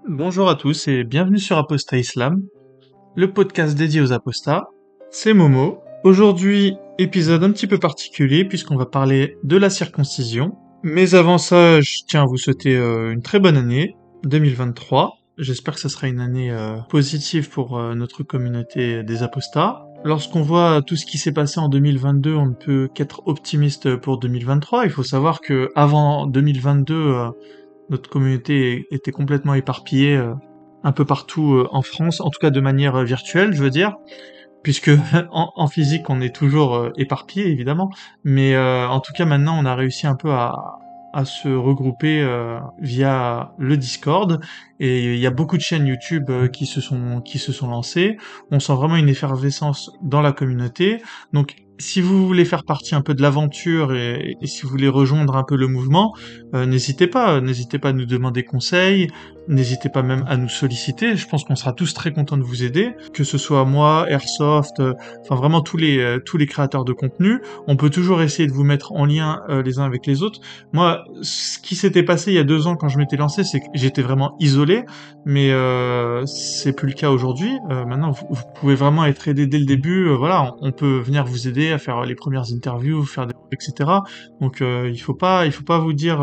Bonjour à tous et bienvenue sur Apostat Islam, le podcast dédié aux apostats. C'est Momo. Aujourd'hui, épisode un petit peu particulier puisqu'on va parler de la circoncision. Mais avant ça, je tiens à vous souhaiter une très bonne année 2023. J'espère que ce sera une année positive pour notre communauté des apostats. Lorsqu'on voit tout ce qui s'est passé en 2022, on ne peut qu'être optimiste pour 2023. Il faut savoir que avant 2022, notre communauté était complètement éparpillée un peu partout en France, en tout cas de manière virtuelle, je veux dire, puisque en physique on est toujours éparpillé évidemment, mais en tout cas maintenant on a réussi un peu à se regrouper via le Discord et il y a beaucoup de chaînes YouTube qui se sont lancées. On sent vraiment une effervescence dans la communauté. Donc si vous voulez faire partie un peu de l'aventure et si vous voulez rejoindre un peu le mouvement, n'hésitez pas à nous demander conseil, n'hésitez pas même à nous solliciter. Je pense qu'on sera tous très contents de vous aider, que ce soit moi, Airsoft, enfin vraiment tous les créateurs de contenu. On peut toujours essayer de vous mettre en lien les uns avec les autres. Moi, ce qui s'était passé il y a 2 ans quand je m'étais lancé, c'est que j'étais vraiment isolé, mais c'est plus le cas aujourd'hui. Maintenant, vous pouvez vraiment être aidé dès le début. Voilà, on peut venir vous aider à faire les premières interviews, faire des etc. Donc il faut pas vous dire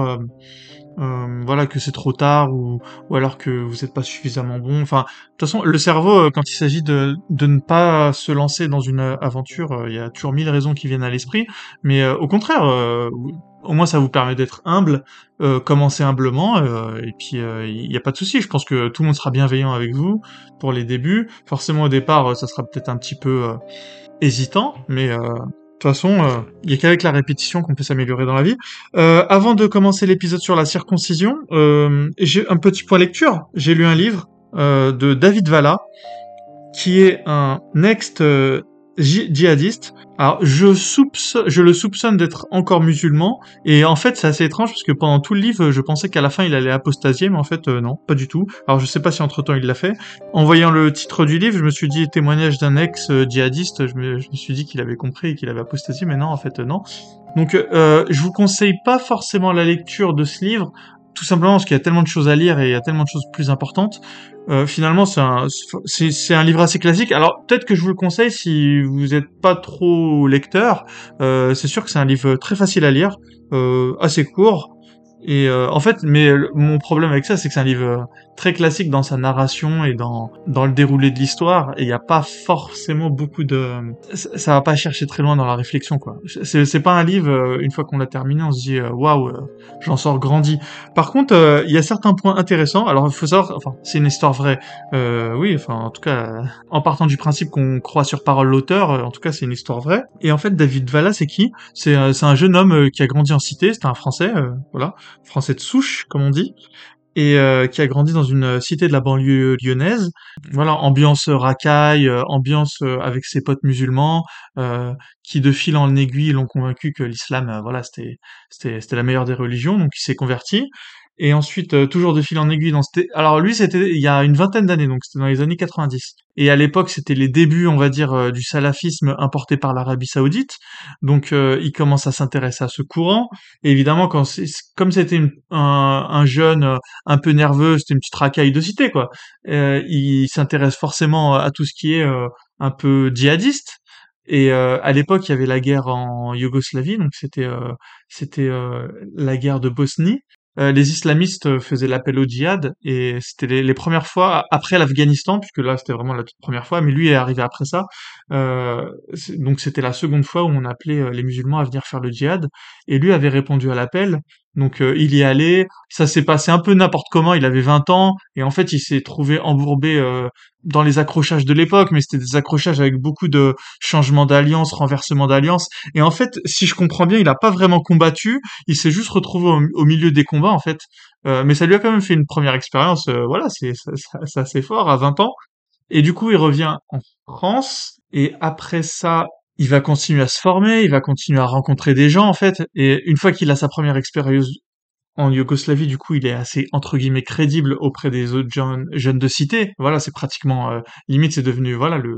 voilà que c'est trop tard ou alors que vous n'êtes pas suffisamment bon. Enfin, de toute façon, le cerveau, quand il s'agit de ne pas se lancer dans une aventure, il y a toujours 1000 raisons qui viennent à l'esprit. Mais au contraire, au moins ça vous permet d'être humble, commencer humblement, et puis il n'y a pas de souci. Je pense que tout le monde sera bienveillant avec vous pour les débuts. Forcément au départ, ça sera peut-être un petit peu hésitant, mais de toute façon, il y a qu'avec la répétition qu'on peut s'améliorer dans la vie. Avant de commencer l'épisode sur la circoncision, j'ai un petit point lecture. J'ai lu un livre de David Valla, qui est un ex-djihadiste. Alors, je le soupçonne d'être encore musulman, et en fait, c'est assez étrange, parce que pendant tout le livre, je pensais qu'à la fin, il allait apostasier, mais en fait, non, pas du tout. Alors, je sais pas si entre-temps, il l'a fait. En voyant le titre du livre, je me suis dit, témoignage d'un ex-djihadiste, je me suis dit qu'il avait compris et qu'il avait apostasié, mais non, en fait, non. Donc, je vous conseille pas forcément la lecture de ce livre, tout simplement parce qu'il y a tellement de choses à lire et il y a tellement de choses plus importantes. Finalement, c'est un livre assez classique. Alors, peut-être que je vous le conseille si vous n'êtes pas trop lecteur. C'est sûr que c'est un livre très facile à lire, assez court. Et en fait, mon problème avec ça, c'est que c'est un livre très classique dans sa narration et dans le déroulé de l'histoire. Et il n'y a pas forcément beaucoup de... Ça va pas chercher très loin dans la réflexion, quoi. C'est pas un livre, une fois qu'on l'a terminé, on se dit waouh, j'en sors grandi. Par contre, il y a certains points intéressants. Alors, il faut savoir, enfin, c'est une histoire vraie. Oui, enfin, en tout cas, en partant du principe qu'on croit sur parole l'auteur, en tout cas, c'est une histoire vraie. Et en fait, David Valla, c'est qui? C'est un jeune homme qui a grandi en cité. C'était un Français, voilà, Français de souche, comme on dit, et qui a grandi dans une cité de la banlieue lyonnaise. Voilà, ambiance racaille, ambiance avec ses potes musulmans, qui de fil en aiguille l'ont convaincu que l'islam, voilà, c'était la meilleure des religions, donc il s'est converti. Et ensuite, toujours de fil en aiguille alors lui, c'était il y a une vingtaine d'années, donc c'était dans les années 90. Et à l'époque, c'était les débuts, on va dire, du salafisme importé par l'Arabie Saoudite. Donc, il commence à s'intéresser à ce courant. Et évidemment, comme c'était un jeune un peu nerveux, c'était une petite racaille de cité, quoi. Il s'intéresse forcément à tout ce qui est un peu djihadiste. Et à l'époque, il y avait la guerre en Yougoslavie, donc c'était la guerre de Bosnie. Les islamistes faisaient l'appel au djihad et c'était les premières fois après l'Afghanistan, puisque là c'était vraiment la toute première fois, mais lui est arrivé après ça. Donc c'était la seconde fois où on appelait les musulmans à venir faire le djihad et lui avait répondu à l'appel. Donc il y est allé, ça s'est passé un peu n'importe comment, il avait 20 ans et en fait il s'est trouvé embourbé dans les accrochages de l'époque, mais c'était des accrochages avec beaucoup de changements d'alliance, renversements d'alliance. Et en fait, si je comprends bien, il a pas vraiment combattu, il s'est juste retrouvé au milieu des combats en fait. Mais ça lui a quand même fait une première expérience. Voilà, c'est assez fort à 20 ans. Et du coup, il revient en France et après ça, il va continuer à se former, il va continuer à rencontrer des gens en fait. Et une fois qu'il a sa première expérience en Yougoslavie, du coup, il est assez entre guillemets crédible auprès des autres jeunes de cité. Voilà, c'est pratiquement limite, c'est devenu voilà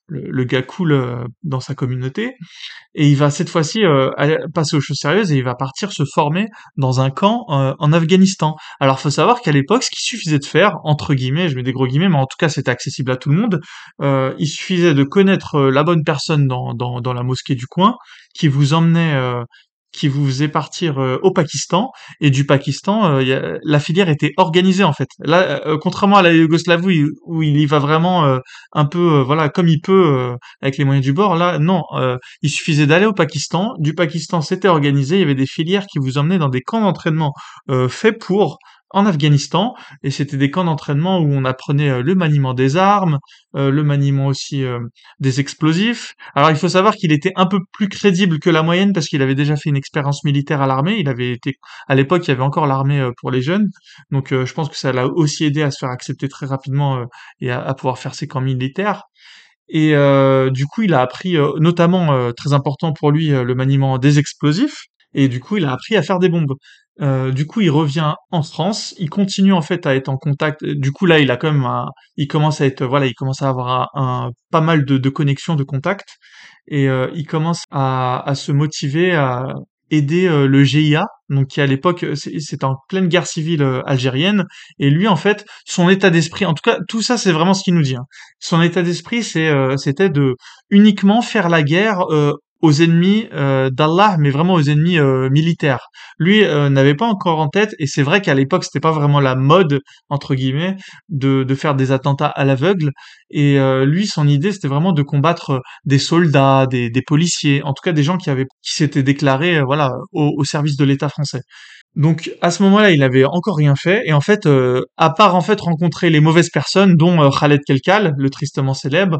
le gars cool dans sa communauté. Et il va cette fois-ci passer aux choses sérieuses et il va partir se former dans un camp en Afghanistan. Alors faut savoir qu'à l'époque, ce qu'il suffisait de faire, entre guillemets, je mets des gros guillemets, mais en tout cas c'était accessible à tout le monde, il suffisait de connaître la bonne personne dans la mosquée du coin qui vous emmenait qui vous faisait partir au Pakistan, et du Pakistan, la filière était organisée en fait. Là, contrairement à la Yougoslavie où il y va vraiment un peu, voilà, comme il peut avec les moyens du bord, là, non, il suffisait d'aller au Pakistan. Du Pakistan, c'était organisé. Il y avait des filières qui vous emmenaient dans des camps d'entraînement faits pour en Afghanistan. Et c'était des camps d'entraînement où on apprenait le maniement des armes, le maniement aussi des explosifs. Alors il faut savoir qu'il était un peu plus crédible que la moyenne parce qu'il avait déjà fait une expérience militaire à l'armée. Il avait été à l'époque, il y avait encore l'armée pour les jeunes. Donc je pense que ça l'a aussi aidé à se faire accepter très rapidement et à pouvoir faire ses camps militaires. Et du coup, il a appris, notamment, très important pour lui, le maniement des explosifs. Et du coup, il a appris à faire des bombes. Du coup, il revient en France. Il continue en fait à être en contact. Du coup, là, il a quand même, il commence à être, voilà, il commence à avoir pas mal de connexions, de contacts, et il commence à se motiver à aider le GIA. Donc, qui à l'époque, c'est en pleine guerre civile algérienne. Et lui, en fait, son état d'esprit, en tout cas, tout ça, c'est vraiment ce qu'il nous dit, hein. Son état d'esprit, c'était de uniquement faire la guerre aux ennemis d'Allah, mais vraiment aux ennemis militaires. Lui n'avait pas encore en tête, et c'est vrai qu'à l'époque, c'était pas vraiment la mode entre guillemets de faire des attentats à l'aveugle. Et lui, son idée, c'était vraiment de combattre des soldats, des policiers, en tout cas des gens qui s'étaient déclarés, voilà, au service de l'État français. Donc à ce moment-là, il avait encore rien fait, et en fait, à part en fait rencontrer les mauvaises personnes, dont Khaled Kelkal, le tristement célèbre,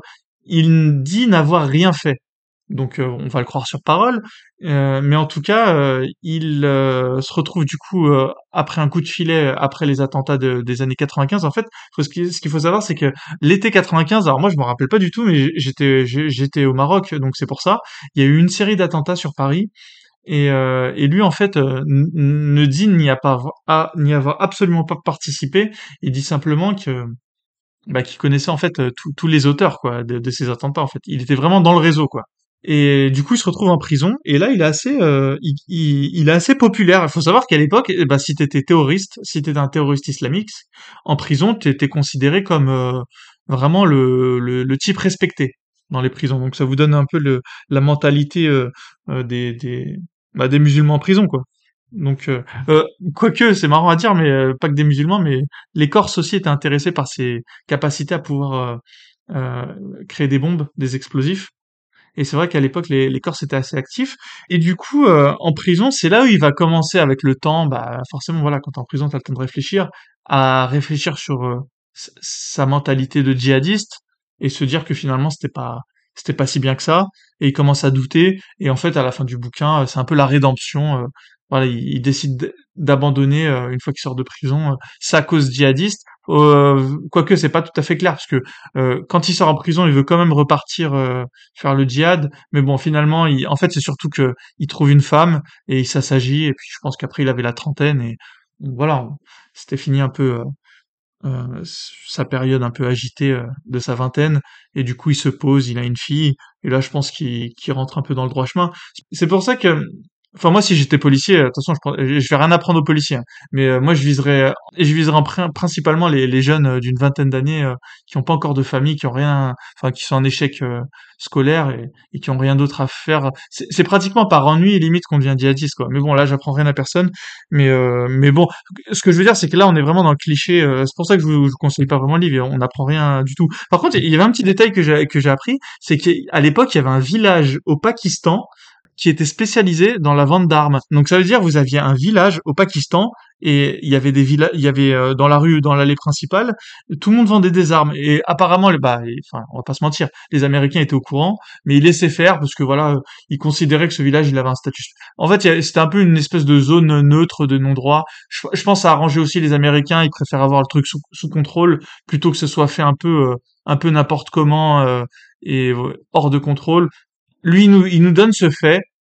il dit n'avoir rien fait. Donc on va le croire sur parole, mais en tout cas, il se retrouve du coup après un coup de filet, après les attentats des années 95. En fait, ce qu'il faut savoir, c'est que l'été 95, alors moi je me rappelle pas du tout, mais j'étais au Maroc, donc c'est pour ça. Il y a eu une série d'attentats sur Paris. Et lui, en fait, ne dit n'y avoir absolument pas participé. Il dit simplement que, bah, qu'il connaissait en fait tous les auteurs quoi de ces attentats. En fait, il était vraiment dans le réseau quoi. Et du coup, il se retrouve en prison. Et là, il est assez populaire. Il faut savoir qu'à l'époque, eh ben, si t'étais terroriste, si t'étais un terroriste islamique, en prison, t'étais considéré comme vraiment le type respecté dans les prisons. Donc, ça vous donne un peu la mentalité des musulmans en prison, quoi. Donc, quoique, c'est marrant à dire, mais pas que des musulmans, mais les Corses aussi étaient intéressés par ses capacités à pouvoir créer des bombes, des explosifs. Et c'est vrai qu'à l'époque, les Corses étaient assez actifs. Et du coup, en prison, c'est là où il va commencer avec le temps. Bah, forcément, voilà, quand t'es en prison, t'as le temps de réfléchir, à réfléchir sur sa mentalité de djihadiste et se dire que finalement, c'était pas si bien que ça. Et il commence à douter. Et en fait, à la fin du bouquin, c'est un peu la rédemption. Voilà, il décide d'abandonner une fois qu'il sort de prison sa cause djihadiste. Quoique, c'est pas tout à fait clair parce que quand il sort en prison, il veut quand même repartir faire le djihad, mais bon, finalement, en fait, c'est surtout que il trouve une femme et il s'assagit, et puis je pense qu'après il avait la trentaine, et voilà, c'était fini un peu sa période un peu agitée de sa vingtaine, et du coup il se pose, il a une fille, et là je pense qu'il rentre un peu dans le droit chemin. C'est pour ça que, enfin moi si j'étais policier, de toute façon je vais rien apprendre aux policiers, hein, mais moi je viserais principalement les jeunes d'une vingtaine d'années qui ont pas encore de famille, qui ont rien, enfin qui sont en échec scolaire, et qui ont rien d'autre à faire. C'est pratiquement par ennui limite qu'on devient djihadiste quoi. Mais bon là j'apprends rien à personne, mais bon, ce que je veux dire, c'est que là, on est vraiment dans le cliché. C'est pour ça que je vous conseille pas vraiment le livre. On n'apprend rien du tout. Par contre, il y avait un petit détail que j'ai appris, c'est qu'à l'époque, il y avait un village au Pakistan qui était spécialisé dans la vente d'armes. Donc ça veut dire vous aviez un village au Pakistan, et il y avait il y avait dans la rue, dans l'allée principale, tout le monde vendait des armes. Et apparemment, enfin, on va pas se mentir, les Américains étaient au courant, mais ils laissaient faire parce que voilà, ils considéraient que ce village, il avait un statut. En fait, c'était un peu une espèce de zone neutre de non-droit. Je pense que ça a arrangé aussi les Américains. Ils préfèrent avoir le truc sous contrôle plutôt que ce soit fait un peu n'importe comment et hors de contrôle. Lui, il nous donne ce fait.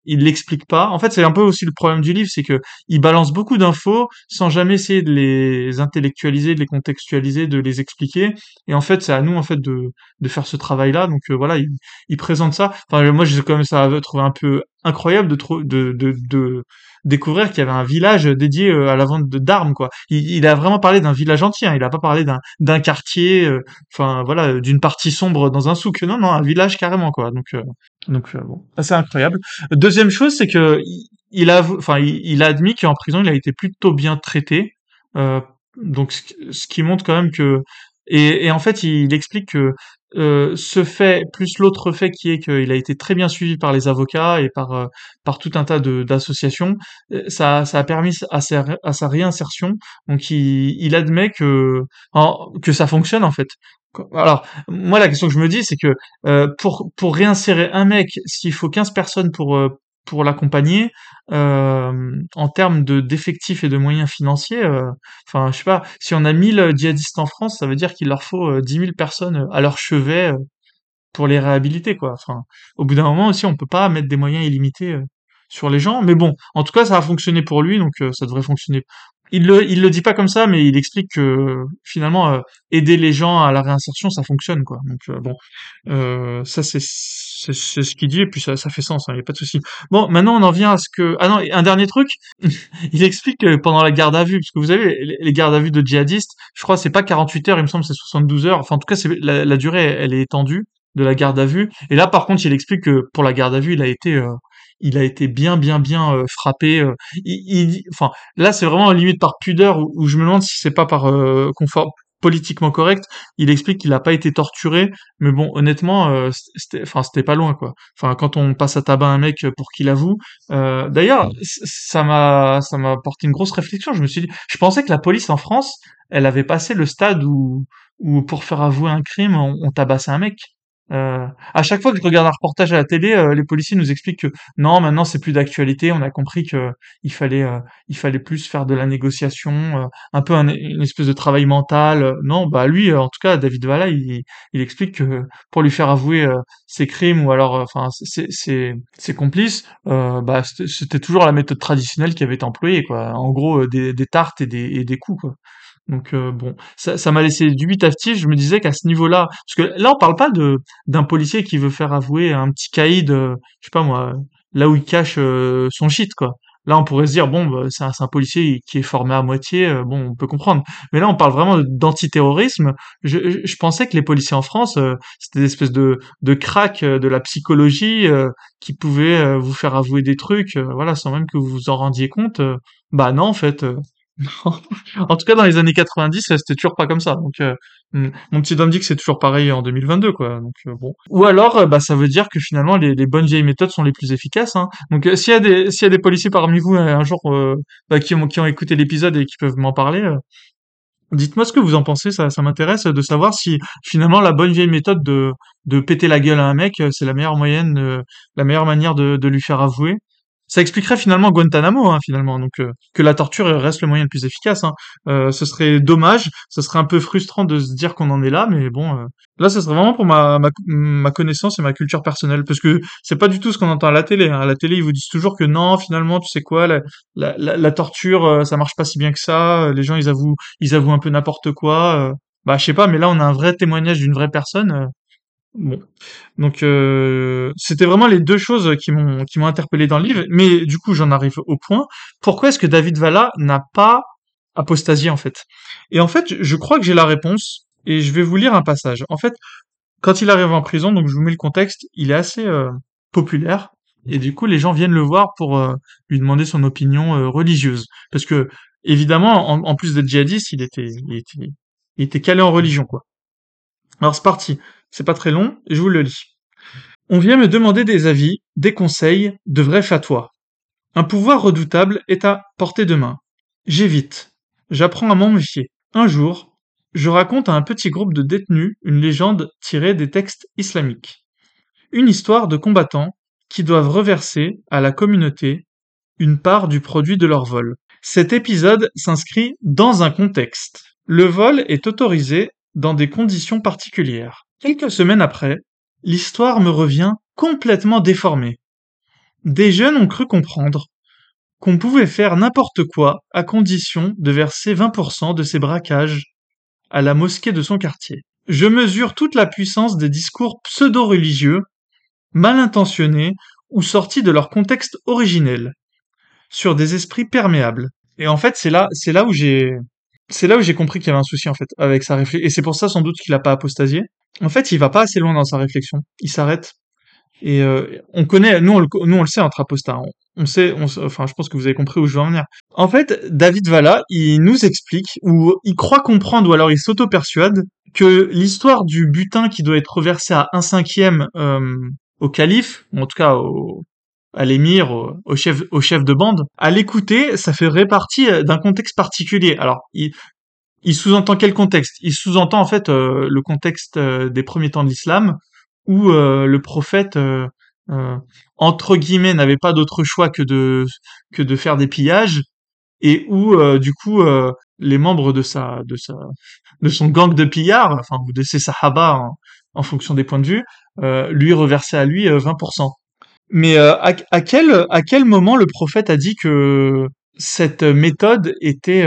il l'explique pas. En fait, c'est un peu aussi le problème du livre, c'est que il balance beaucoup d'infos sans jamais essayer de les intellectualiser, de les contextualiser, de les expliquer. Et en fait, c'est à nous en fait de faire ce travail-là. Donc voilà, il présente ça. Enfin, moi, j'ai quand même ça trouvé un peu incroyable de découvrir qu'il y avait un village dédié à la vente d'armes, quoi. Il a vraiment parlé d'un village entier, hein. Il a pas parlé d'un quartier, enfin voilà, d'une partie sombre dans un souk. Non, non, un village carrément, quoi. Donc bon, assez incroyable. Deuxième chose, c'est que il a admis qu'en prison, il a été plutôt bien traité. Euh, donc ce qui montre quand même que et en fait, il explique que ce fait plus l'autre fait qui est qu'il a été très bien suivi par les avocats et par tout un tas de d'associations, ça a permis à sa réinsertion. Donc il admet que ça fonctionne en fait. Alors moi la question que je me dis c'est que pour réinsérer un mec, s'il faut 15 personnes pour l'accompagner, en termes d'effectifs et de moyens financiers, enfin, je sais pas, si on a 1000 djihadistes en France, ça veut dire qu'il leur faut 10 000 personnes à leur chevet pour les réhabiliter, quoi. Enfin, au bout d'un moment aussi, on peut pas mettre des moyens illimités sur les gens. Mais bon, en tout cas, ça a fonctionné pour lui, donc ça devrait fonctionner. Il le dit pas comme ça, mais il explique que finalement, aider les gens à la réinsertion, ça fonctionne, quoi. Donc bon, ça c'est ce qu'il dit, et puis ça fait sens, il y a pas de souci. Bon, maintenant on en vient à ce que... Ah non, et un dernier truc, il explique que pendant la garde à vue, parce que vous savez, les gardes à vue de djihadistes, je crois que c'est pas 48 heures, il me semble que c'est 72 heures, enfin en tout cas c'est la durée elle est étendue de la garde à vue. Et là par contre il explique que pour la garde à vue il a été bien frappé. Enfin là c'est vraiment limite par pudeur où je me demande si c'est pas par confort politiquement correct. Il explique qu'il n'a pas été torturé, mais bon honnêtement c'était pas loin quoi. Enfin quand on passe à tabac un mec pour qu'il avoue. D'ailleurs ça m'a porté une grosse réflexion. Je me suis dit, je pensais que la police en France elle avait passé le stade où pour faire avouer un crime on tabassait un mec. À chaque fois que je regarde un reportage à la télé, les policiers nous expliquent que non, maintenant c'est plus d'actualité. On a compris que il fallait plus faire de la négociation, un peu une espèce de travail mental. Non, bah lui, en tout cas, David Valla, il explique que pour lui faire avouer ses crimes ou alors, enfin, ses complices, bah c'était toujours la méthode traditionnelle qui avait été employée, quoi. En gros, des tartes et des coups, quoi. Donc bon, ça m'a laissé dubitatif. Je me disais qu'à ce niveau-là, parce que là on parle pas de d'un policier qui veut faire avouer un petit caïd, je sais pas moi, là où il cache son shit quoi. Là on pourrait se dire bon, bah, c'est un policier qui est formé à moitié, bon on peut comprendre. Mais là on parle vraiment d'antiterrorisme. Je pensais que les policiers en France c'était des espèces de cracks de la psychologie qui pouvaient vous faire avouer des trucs, voilà, sans même que vous vous en rendiez compte. Bah non en fait. En tout cas, dans les années 90, c'était toujours pas comme ça. Donc, mon petit doigt me dit que c'est toujours pareil en 2022, quoi. Donc, bon. Ou alors, bah, ça veut dire que finalement, les bonnes vieilles méthodes sont les plus efficaces, hein. Donc, s'il y a des policiers parmi vous un jour bah, qui ont écouté l'épisode et qui peuvent m'en parler, dites-moi ce que vous en pensez. Ça m'intéresse de savoir si finalement la bonne vieille méthode de péter la gueule à un mec, c'est la meilleure manière de lui faire avouer. Ça expliquerait finalement Guantanamo, hein, finalement, donc que la torture reste le moyen le plus efficace. Hein. Ce serait dommage, ce serait un peu frustrant de se dire qu'on en est là, mais bon, là, ce serait vraiment pour ma connaissance et ma culture personnelle, parce que c'est pas du tout ce qu'on entend à la télé. Hein. À la télé, ils vous disent toujours que non, finalement, tu sais quoi, la torture, ça marche pas si bien que ça. Les gens, ils avouent un peu n'importe quoi. Bah, je sais pas, mais là, on a un vrai témoignage d'une vraie personne. Bon. Donc c'était vraiment les deux choses qui m'ont interpellé dans le livre, mais du coup j'en arrive au point. Pourquoi est-ce que David Valla n'a pas apostasié en fait? Et en fait, je crois que j'ai la réponse et je vais vous lire un passage. En fait, quand il arrive en prison, donc je vous mets le contexte, il est assez populaire et du coup les gens viennent le voir pour lui demander son opinion religieuse parce que évidemment en plus d'être djihadiste, il était calé en religion quoi. Alors c'est parti, c'est pas très long, et je vous le lis. On vient me demander des avis, des conseils, de vrais fatwas. Un pouvoir redoutable est à portée de main. J'évite. J'apprends à m'en méfier. Un jour, je raconte à un petit groupe de détenus une légende tirée des textes islamiques. Une histoire de combattants qui doivent reverser à la communauté une part du produit de leur vol. Cet épisode s'inscrit dans un contexte. Le vol est autorisé dans des conditions particulières. Quelques semaines après, l'histoire me revient complètement déformée. Des jeunes ont cru comprendre qu'on pouvait faire n'importe quoi à condition de verser 20% de ses braquages à la mosquée de son quartier. Je mesure toute la puissance des discours pseudo-religieux, mal intentionnés ou sortis de leur contexte originel, sur des esprits perméables. Et en fait, c'est là où j'ai compris qu'il y avait un souci, en fait, avec sa réflexion. Et c'est pour ça, sans doute, qu'il a pas apostasié. En fait, il va pas assez loin dans sa réflexion. Il s'arrête. Et on connaît, nous on le sait entre apostats. On sait, enfin, je pense que vous avez compris où je veux en venir. En fait, David Valla, il nous explique, ou il croit comprendre, ou alors il s'auto-persuade que l'histoire du butin qui doit être reversé à un cinquième au calife, ou en tout cas à l'émir, au chef de bande, à l'écouter, ça ferait partie d'un contexte particulier. Alors, il sous-entend quel contexte? Il sous-entend en fait le contexte des premiers temps de l'islam, où le prophète euh, entre guillemets n'avait pas d'autre choix que de faire des pillages, et où du coup les membres de son gang de pillards, enfin ou de ses sahaba en fonction des points de vue, lui reversaient à lui 20%. Mais à quel moment le prophète a dit que cette méthode était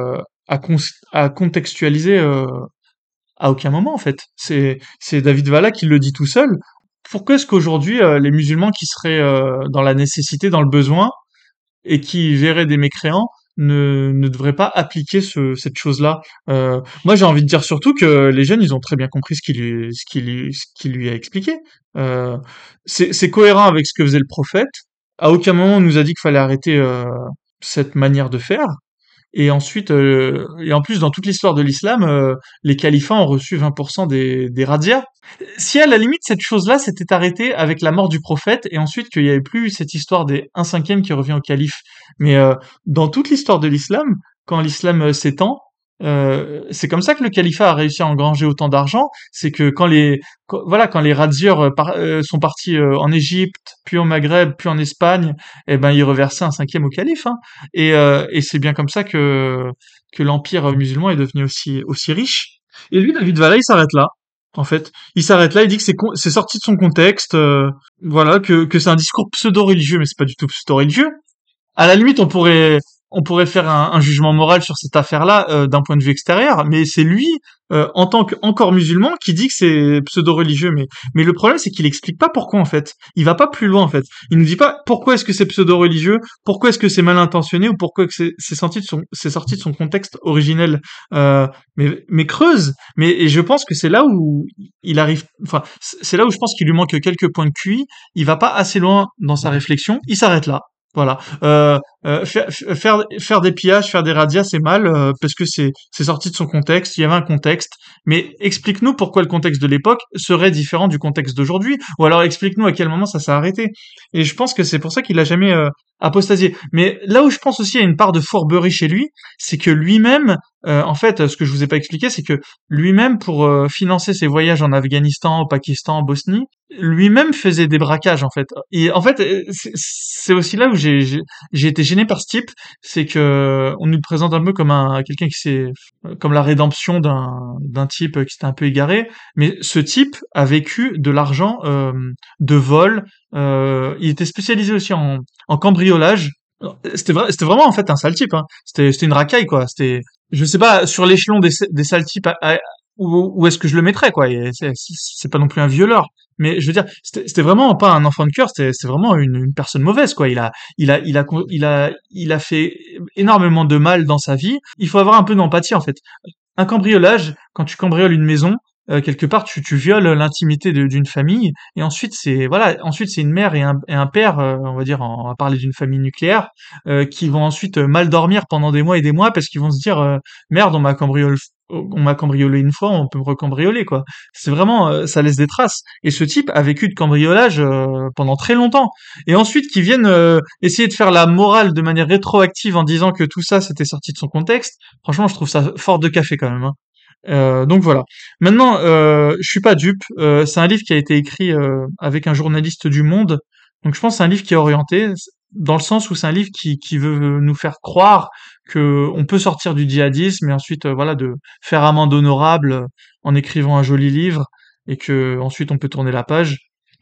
à contextualiser à aucun moment en fait. C'est David Valla qui le dit tout seul. Pourquoi est-ce qu'aujourd'hui les musulmans qui seraient dans la nécessité, dans le besoin et qui verraient des mécréants ne devraient pas appliquer cette chose-là? Moi j'ai envie de dire surtout que les jeunes ils ont très bien compris ce qu'il lui a expliqué. Euh, c'est cohérent avec ce que faisait le prophète. À aucun moment on nous a dit qu'il fallait arrêter cette manière de faire. Et ensuite, et en plus, dans toute l'histoire de l'islam, les califats ont reçu 20% des razzias. Si à la limite cette chose-là s'était arrêtée avec la mort du prophète et ensuite qu'il n'y avait plus cette histoire des 1/5 qui revient au calife, mais dans toute l'histoire de l'islam, quand l'islam s'étend, c'est comme ça que le califat a réussi à engranger autant d'argent. C'est que voilà, quand les razzieurs sont partis en Égypte, puis au Maghreb, puis en Espagne, eh ben ils reversaient 1/5 au calife. Hein. Et c'est bien comme ça que l'empire musulman est devenu aussi riche. Et lui, David Valla, il s'arrête là. En fait, il s'arrête là, il dit que c'est sorti de son contexte, voilà, que c'est un discours pseudo-religieux, mais c'est pas du tout pseudo-religieux. À la limite, on pourrait faire un jugement moral sur cette affaire-là d'un point de vue extérieur, mais c'est lui, en tant qu'encore musulman, qui dit que c'est pseudo-religieux. Mais le problème, c'est qu'il explique pas pourquoi en fait. Il va pas plus loin en fait. Il nous dit pas pourquoi est-ce que c'est pseudo-religieux, pourquoi est-ce que c'est mal intentionné ou pourquoi que c'est sorti de son contexte originel. Mais creuse. Mais et je pense que c'est là où il arrive. Enfin, c'est là où je pense qu'il lui manque quelques points de QI. Il va pas assez loin dans sa réflexion. Il s'arrête là. Voilà. Faire des pillages, faire des razzias, c'est mal parce que c'est sorti de son contexte. Il y avait un contexte, mais explique-nous pourquoi le contexte de l'époque serait différent du contexte d'aujourd'hui, ou alors explique-nous à quel moment ça s'est arrêté. Et je pense que c'est pour ça qu'il a jamais apostasié. Mais là où je pense aussi il y a une part de fourberie chez lui, c'est que lui-même, en fait, ce que je vous ai pas expliqué, c'est que lui-même pour financer ses voyages en Afghanistan, au Pakistan, en Bosnie, lui-même faisait des braquages en fait. Et en fait, c'est aussi là où j'ai été gêné par ce type, c'est que on nous le présente un peu comme quelqu'un qui s'est comme la rédemption d'un type qui s'était un peu égaré, mais ce type a vécu de l'argent de vol. Il était spécialisé aussi en cambriolage. C'était vraiment en fait un sale type. Hein. C'était une racaille quoi. C'était je sais pas sur l'échelon des sales types où est-ce que je le mettrais quoi. Et c'est pas non plus un violeur. Mais je veux dire, c'était vraiment pas un enfant de cœur, c'était vraiment une personne mauvaise, quoi. Il a fait énormément de mal dans sa vie. Il faut avoir un peu d'empathie, en fait. Un cambriolage, quand tu cambrioles une maison, quelque part, tu violes l'intimité d'une famille, et ensuite voilà, ensuite c'est une mère et un père, on va dire, on va parler d'une famille nucléaire, qui vont ensuite mal dormir pendant des mois et des mois parce qu'ils vont se dire, merde, on m'a cambriolé une fois, on peut me recambrioler, quoi. C'est vraiment, ça laisse des traces. Et ce type a vécu de cambriolage pendant très longtemps. Et ensuite, qu'ils viennent essayer de faire la morale de manière rétroactive en disant que tout ça, c'était sorti de son contexte. Franchement, je trouve ça fort de café quand même. Hein. Donc voilà. Maintenant, je suis pas dupe. C'est un livre qui a été écrit avec un journaliste du Monde. Donc je pense que c'est un livre qui est orienté dans le sens où c'est un livre qui veut nous faire croire que on peut sortir du djihadisme et ensuite voilà de faire amende honorable en écrivant un joli livre et que ensuite on peut tourner la page.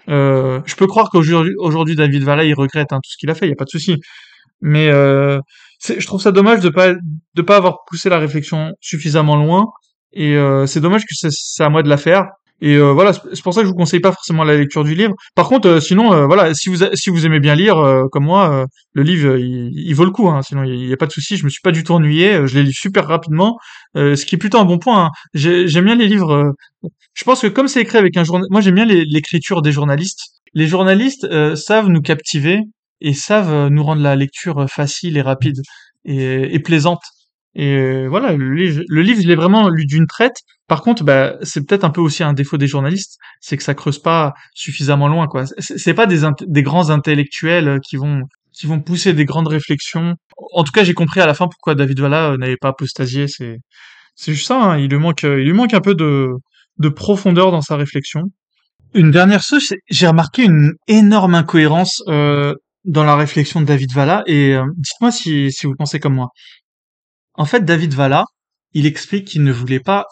Je peux croire qu'aujourd'hui David Valla il regrette hein, tout ce qu'il a fait, il y a pas de souci. Mais je trouve ça dommage de pas avoir poussé la réflexion suffisamment loin. Et c'est dommage que c'est à moi de la faire. Et voilà, c'est pour ça que je vous conseille pas forcément la lecture du livre. Par contre, sinon, voilà, si vous aimez bien lire comme moi, le livre il vaut le coup. Hein, sinon, il y a pas de souci. Je me suis pas du tout ennuyé. Je l'ai lu super rapidement, ce qui est plutôt un bon point. Hein. J'aime bien les livres. Je pense que comme c'est écrit avec un journal, moi j'aime bien l'écriture des journalistes. Les journalistes savent nous captiver et savent nous rendre la lecture facile et rapide et plaisante. Et voilà, le livre, je l'ai vraiment lu d'une traite. Par contre, bah, c'est peut-être un peu aussi un défaut des journalistes, c'est que ça creuse pas suffisamment loin, quoi. C'est pas des grands intellectuels qui vont pousser des grandes réflexions. En tout cas, j'ai compris à la fin pourquoi David Valla n'avait pas apostasié. C'est juste ça. Hein, il lui manque un peu de profondeur dans sa réflexion. Une dernière chose, j'ai remarqué une énorme incohérence dans la réflexion de David Valla et dites-moi si vous pensez comme moi. En fait, David Valla, il explique qu'il ne voulait pas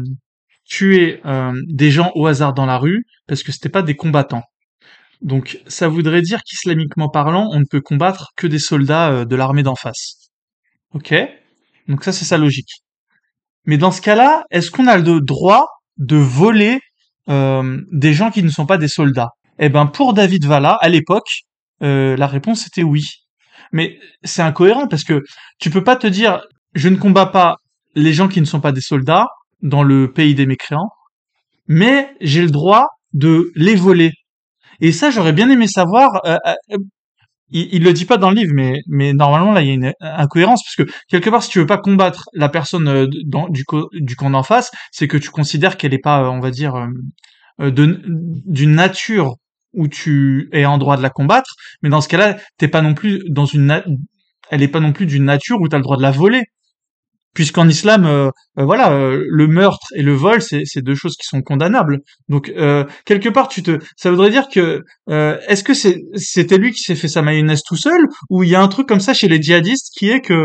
tuer des gens au hasard dans la rue parce que c'était pas des combattants. Donc, ça voudrait dire qu'islamiquement parlant, on ne peut combattre que des soldats de l'armée d'en face. Ok? Donc ça, c'est sa logique. Mais dans ce cas-là, est-ce qu'on a le droit de voler des gens qui ne sont pas des soldats? Eh ben, pour David Valla, à l'époque, la réponse était oui. Mais c'est incohérent parce que tu peux pas te dire je ne combats pas les gens qui ne sont pas des soldats dans le pays des mécréants, mais j'ai le droit de les voler. Et ça, j'aurais bien aimé savoir. Il le dit pas dans le livre, mais normalement là, il y a une incohérence parce que quelque part, si tu veux pas combattre la personne du camp d'en face, c'est que tu considères qu'elle est pas, on va dire, d'une nature où tu es en droit de la combattre. Mais dans ce cas-là, t'es pas non plus dans elle est pas non plus d'une nature où tu as le droit de la voler. Puisqu'en islam, voilà, le meurtre et le vol, c'est deux choses qui sont condamnables. Donc quelque part, ça voudrait dire que est-ce que c'était lui qui s'est fait sa mayonnaise tout seul, ou il y a un truc comme ça chez les djihadistes qui est que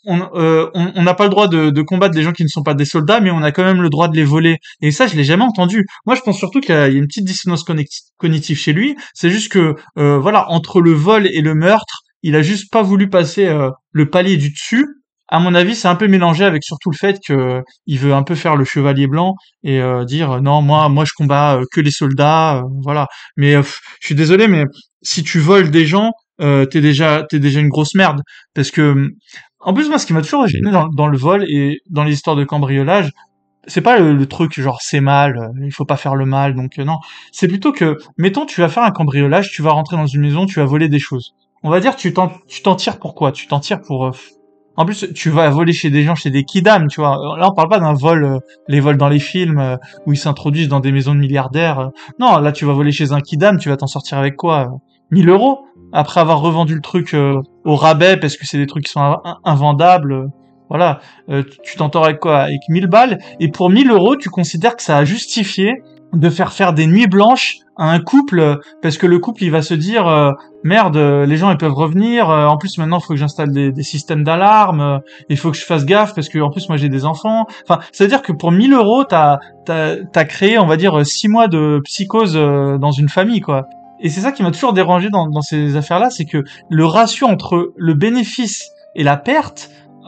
on n'a pas le droit de combattre des gens qui ne sont pas des soldats, mais on a quand même le droit de les voler. Et ça, je l'ai jamais entendu. Moi, je pense surtout qu'il y a une petite dissonance cognitive chez lui. C'est juste que voilà, entre le vol et le meurtre, il a juste pas voulu passer le palier du dessus. À mon avis, c'est un peu mélangé avec surtout le fait que il veut un peu faire le chevalier blanc et dire non, moi je combats que les soldats, voilà. Mais je suis désolé, mais si tu voles des gens, t'es déjà une grosse merde parce que en plus moi ce qui m'a toujours gêné dans le vol et dans les histoires de cambriolage, c'est pas le truc genre c'est mal, il faut pas faire le mal donc non, c'est plutôt que mettons tu vas faire un cambriolage, tu vas rentrer dans une maison, tu vas voler des choses. On va dire tu t'en tires pour quoi? Tu t'en tires pour en plus, tu vas voler chez des gens, chez des kidams, tu vois. Là, on parle pas d'un vol, les vols dans les films où ils s'introduisent dans des maisons de milliardaires. Non, là, tu vas voler chez un kidam, tu vas t'en sortir avec quoi 1000 euros après avoir revendu le truc au rabais parce que c'est des trucs qui sont invendables. Voilà, tu t'en sors avec quoi? Avec 1000 balles. Et pour 1000 euros, tu considères que ça a justifié de faire des nuits blanches à un couple parce que le couple il va se dire merde, les gens ils peuvent revenir. En plus maintenant, il faut que j'installe des systèmes d'alarme. Il faut que je fasse gaffe parce que en plus moi j'ai des enfants. Enfin, c'est-à-dire que pour 1000 euros, t'as créé, on va dire, 6 mois de psychose dans une famille, quoi. Et c'est ça qui m'a toujours dérangé dans ces affaires-là, c'est que le ratio entre le bénéfice et la perte,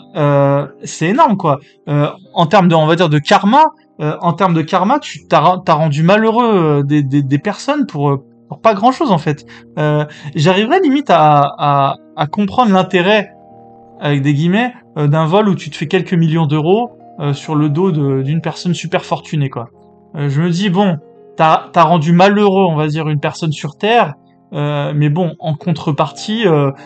c'est énorme, quoi. En termes de, on va dire, de karma, en termes de karma, t'as rendu malheureux des personnes pour pas grand chose en fait. J'arriverais limite à comprendre l'intérêt avec des guillemets d'un vol où tu te fais quelques millions d'euros sur le dos d'une personne super fortunée quoi. Je me dis bon, t'as rendu malheureux on va dire une personne sur terre, mais bon en contrepartie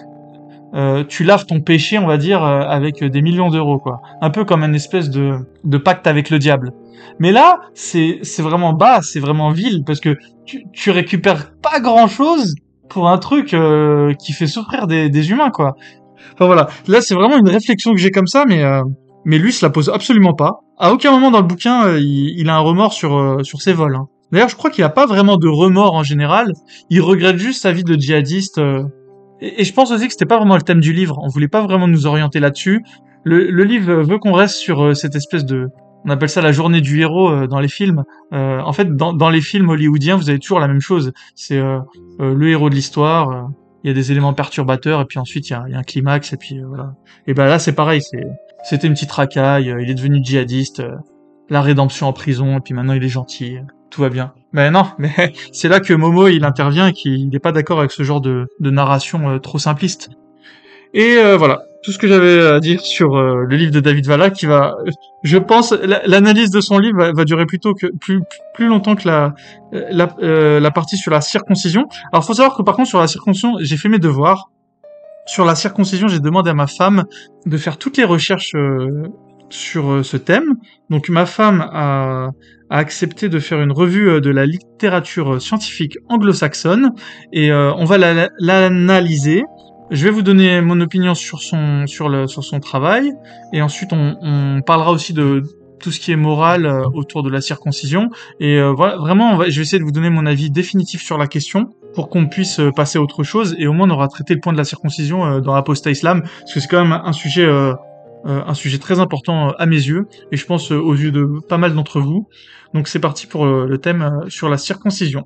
tu laves ton péché, on va dire, avec des millions d'euros, quoi. Un peu comme une espèce de pacte avec le diable. Mais là, c'est vraiment bas, c'est vraiment vil, parce que tu récupères pas grand-chose pour un truc qui fait souffrir des humains, quoi. Enfin voilà, là c'est vraiment une réflexion que j'ai comme ça, mais lui se la pose absolument pas. À aucun moment dans le bouquin, il a un remords sur ses vols. Hein. D'ailleurs, je crois qu'il a pas vraiment de remords en général. Il regrette juste sa vie de djihadiste. Et je pense aussi que c'était pas vraiment le thème du livre. On voulait pas vraiment nous orienter là-dessus. Le livre veut qu'on reste sur cette espèce On appelle ça la journée du héros dans les films. En fait, dans les films hollywoodiens, vous avez toujours la même chose. C'est le héros de l'histoire. Il y a des éléments perturbateurs et puis ensuite il y a un climax et puis voilà. Et ben là c'est pareil. C'était une petite racaille. Il est devenu djihadiste. La rédemption en prison et puis maintenant il est gentil. Tout va bien. Mais non, mais c'est là que Momo il intervient et qu'il n'est pas d'accord avec ce genre de narration trop simpliste. Et voilà, tout ce que j'avais à dire sur le livre de David Valla, qui va, je pense, l'analyse de son livre va durer plutôt que plus longtemps que la partie sur la circoncision. Alors, faut savoir que par contre sur la circoncision, j'ai fait mes devoirs. Sur la circoncision, j'ai demandé à ma femme de faire toutes les recherches sur ce thème. Donc, ma femme a accepté de faire une revue de la littérature scientifique anglo-saxonne et on va l'analyser. Je vais vous donner mon opinion sur son travail et ensuite on parlera aussi de tout ce qui est moral autour de la circoncision et voilà, vraiment je vais essayer de vous donner mon avis définitif sur la question pour qu'on puisse passer à autre chose et au moins on aura traité le point de la circoncision dans l'Apostat Islam parce que c'est quand même un sujet très important à mes yeux et je pense aux yeux de pas mal d'entre vous. Donc c'est parti pour le thème sur la circoncision.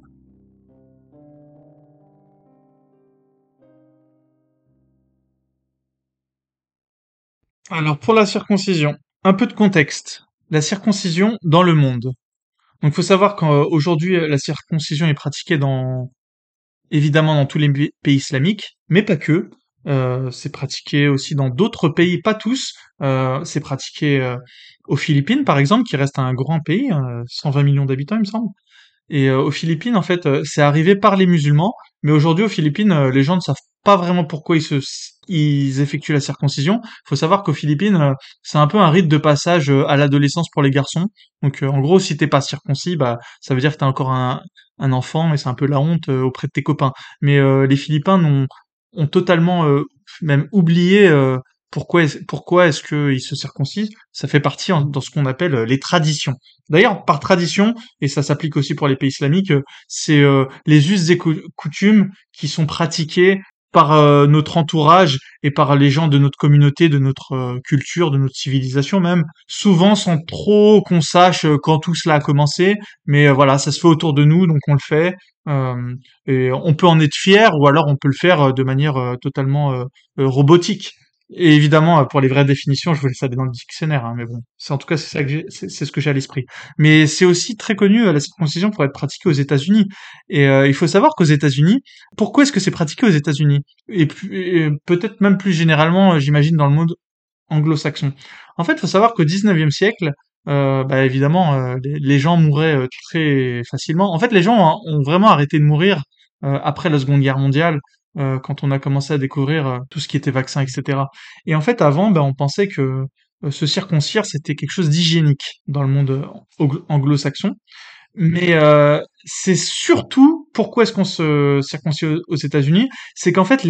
Alors pour la circoncision, un peu de contexte. La circoncision dans le monde. Donc il faut savoir qu'aujourd'hui la circoncision est pratiquée évidemment dans tous les pays islamiques, mais pas que. C'est pratiqué aussi dans d'autres pays, pas tous. C'est pratiqué aux Philippines par exemple, qui reste un grand pays, 120 millions d'habitants il me semble. Et aux Philippines, en fait, c'est arrivé par les musulmans, mais aujourd'hui aux Philippines, les gens ne savent pas vraiment pourquoi ils effectuent la circoncision. Il faut savoir qu'aux Philippines, c'est un peu un rite de passage à l'adolescence pour les garçons. Donc, en gros, si t'es pas circoncis, bah, ça veut dire que t'es encore un enfant et c'est un peu la honte auprès de tes copains. Mais les Philippins ont totalement même oublié pourquoi est-ce qu'ils se circoncisent. Ça fait partie dans ce qu'on appelle les traditions. D'ailleurs, par tradition, et ça s'applique aussi pour les pays islamiques, c'est les us et coutumes qui sont pratiqués par notre entourage et par les gens de notre communauté, de notre culture, de notre civilisation même, souvent sans trop qu'on sache quand tout cela a commencé, mais voilà, ça se fait autour de nous, donc on le fait, euh, et on peut en être fier, ou alors on peut le faire de manière totalement robotique. Et évidemment, pour les vraies définitions, je vous laisse aller dans le dictionnaire, hein, mais bon, c'est en tout cas c'est ça que c'est ce que j'ai à l'esprit. Mais c'est aussi très connu la circoncision pour être pratiquée aux États-Unis. Et il faut savoir qu'aux États-Unis, pourquoi est-ce que c'est pratiqué aux États-Unis et peut-être même plus généralement, j'imagine dans le monde anglo-saxon. En fait, il faut savoir qu'au 19e siècle, bah évidemment, les gens mouraient très facilement. En fait, les gens ont vraiment arrêté de mourir après la Seconde Guerre mondiale, quand on a commencé à découvrir tout ce qui était vaccin, etc. Et en fait, avant, ben, on pensait que se circoncire, c'était quelque chose d'hygiénique dans le monde anglo-saxon. Mais c'est surtout pourquoi est-ce qu'on se circoncis aux États-Unis, c'est qu'en fait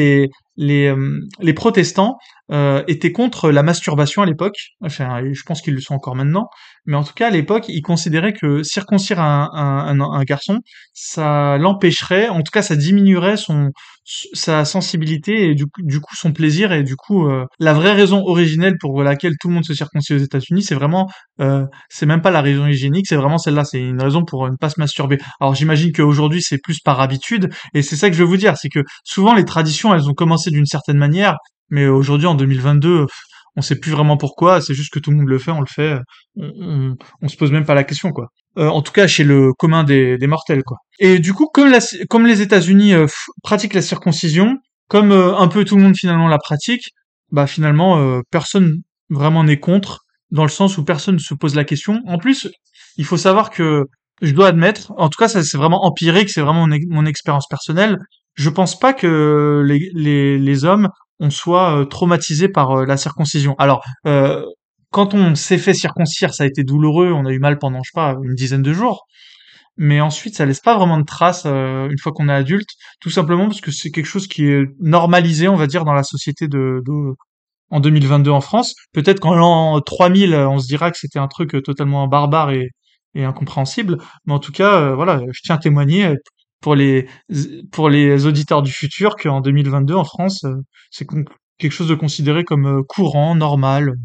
les protestants étaient contre la masturbation à l'époque. Enfin, je pense qu'ils le sont encore maintenant, mais en tout cas à l'époque, ils considéraient que circoncire un garçon, ça l'empêcherait, en tout cas ça diminuerait sa sensibilité et du coup son plaisir et du coup la vraie raison originelle pour laquelle tout le monde se circoncis aux États-Unis, c'est même pas la raison hygiénique, c'est vraiment celle-là. C'est une raison pour ne pas se masturber. Alors j'imagine qu'aujourd'hui c'est plus par habitude, et c'est ça que je veux vous dire, c'est que souvent les traditions elles ont commencé d'une certaine manière, mais aujourd'hui en 2022, on sait plus vraiment pourquoi. C'est juste que tout le monde le fait, on le fait, on se pose même pas la question quoi. En tout cas chez le commun des mortels quoi. Et du coup comme les États-Unis pratiquent la circoncision, comme un peu tout le monde finalement la pratique, bah finalement personne vraiment n'est contre dans le sens où personne ne se pose la question. En plus, il faut savoir que je dois admettre, en tout cas ça c'est vraiment empirique, c'est vraiment mon expérience personnelle, je pense pas que les hommes on soit traumatisés par la circoncision. Alors, quand on s'est fait circoncire, ça a été douloureux, on a eu mal pendant, je sais pas, une dizaine de jours, mais ensuite ça laisse pas vraiment de traces une fois qu'on est adulte, tout simplement parce que c'est quelque chose qui est normalisé, on va dire, dans la société en 2022 en France. Peut-être qu'en l'an 3000, on se dira que c'était un truc totalement barbare et incompréhensible. Mais en tout cas, voilà, je tiens à témoigner pour les, pour les auditeurs du futur qu'en 2022 en France, c'est quelque chose de considéré comme courant, normal.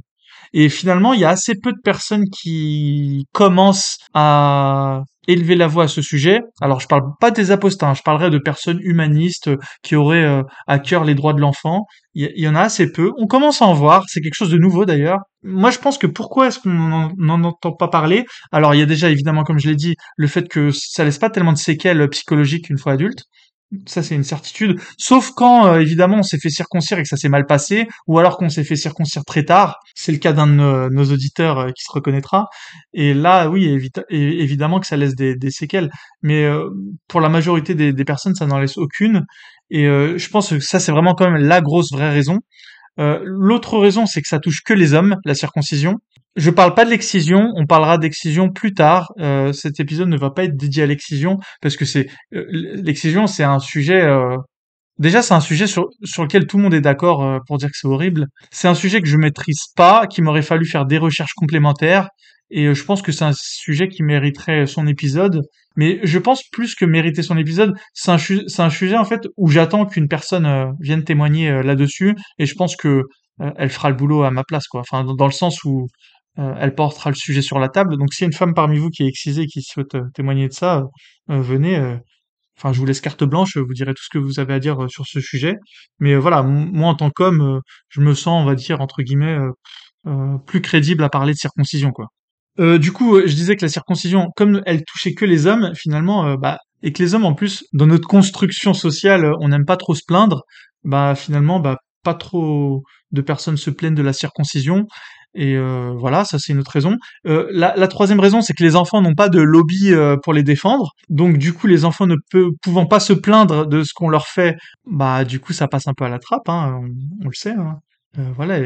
Et finalement, il y a assez peu de personnes qui commencent à élever la voix à ce sujet. Alors, je parle pas des apostats, hein, je parlerai de personnes humanistes qui auraient à cœur les droits de l'enfant. Il y en a assez peu. On commence à en voir, c'est quelque chose de nouveau d'ailleurs. Moi, je pense que pourquoi est-ce qu'on n'en entend pas parler? Alors, il y a déjà évidemment, comme je l'ai dit, le fait que ça laisse pas tellement de séquelles psychologiques une fois adulte. Ça, c'est une certitude. Sauf quand, évidemment, on s'est fait circoncire et que ça s'est mal passé, ou alors qu'on s'est fait circoncire très tard. C'est le cas d'un de nos auditeurs qui se reconnaîtra. Et là, oui, évidemment que ça laisse des séquelles. Mais pour la majorité des personnes, ça n'en laisse aucune. Et je pense que ça, c'est vraiment quand même la grosse vraie raison. L'autre raison, c'est que ça touche que les hommes, la circoncision. Je parle pas de l'excision, on parlera d'excision plus tard. Cet épisode ne va pas être dédié à l'excision parce que l'excision, c'est un sujet. Déjà, c'est un sujet sur lequel tout le monde est d'accord pour dire que c'est horrible. C'est un sujet que je maîtrise pas, qu'il m'aurait fallu faire des recherches complémentaires, et je pense que c'est un sujet qui mériterait son épisode. Mais je pense plus que mériter son épisode, c'est un sujet en fait où j'attends qu'une personne vienne témoigner là-dessus, et je pense que elle fera le boulot à ma place, quoi. Enfin, dans le sens où elle portera le sujet sur la table. Donc, s'il y a une femme parmi vous qui est excisée et qui souhaite témoigner de ça, venez. Enfin, je vous laisse carte blanche, vous direz tout ce que vous avez à dire sur ce sujet. Mais voilà, moi en tant qu'homme, je me sens, on va dire entre guillemets, plus crédible à parler de circoncision, quoi. Du coup, je disais que la circoncision, comme elle touchait que les hommes, finalement, et que les hommes en plus, dans notre construction sociale, on n'aime pas trop se plaindre. Bah finalement, pas trop de personnes se plaignent de la circoncision. Et voilà, ça c'est une autre raison. La troisième raison, c'est que les enfants n'ont pas de lobby pour les défendre. Donc du coup, les enfants ne pouvant pas se plaindre de ce qu'on leur fait, bah du coup, ça passe un peu à la trappe, hein, on le sait, hein. Voilà,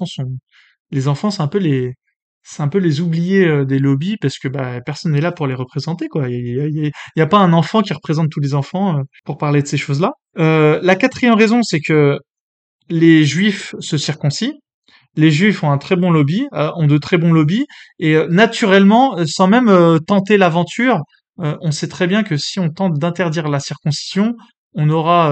les enfants, c'est un peu les oubliés des lobbies parce que bah personne n'est là pour les représenter, quoi. Il y a pas un enfant qui représente tous les enfants pour parler de ces choses-là. La quatrième raison, c'est que les juifs se circoncis. Les juifs ont un très bon lobby, ont de très bons lobbies, et naturellement, sans même tenter l'aventure, on sait très bien que si on tente d'interdire la circoncision, on aura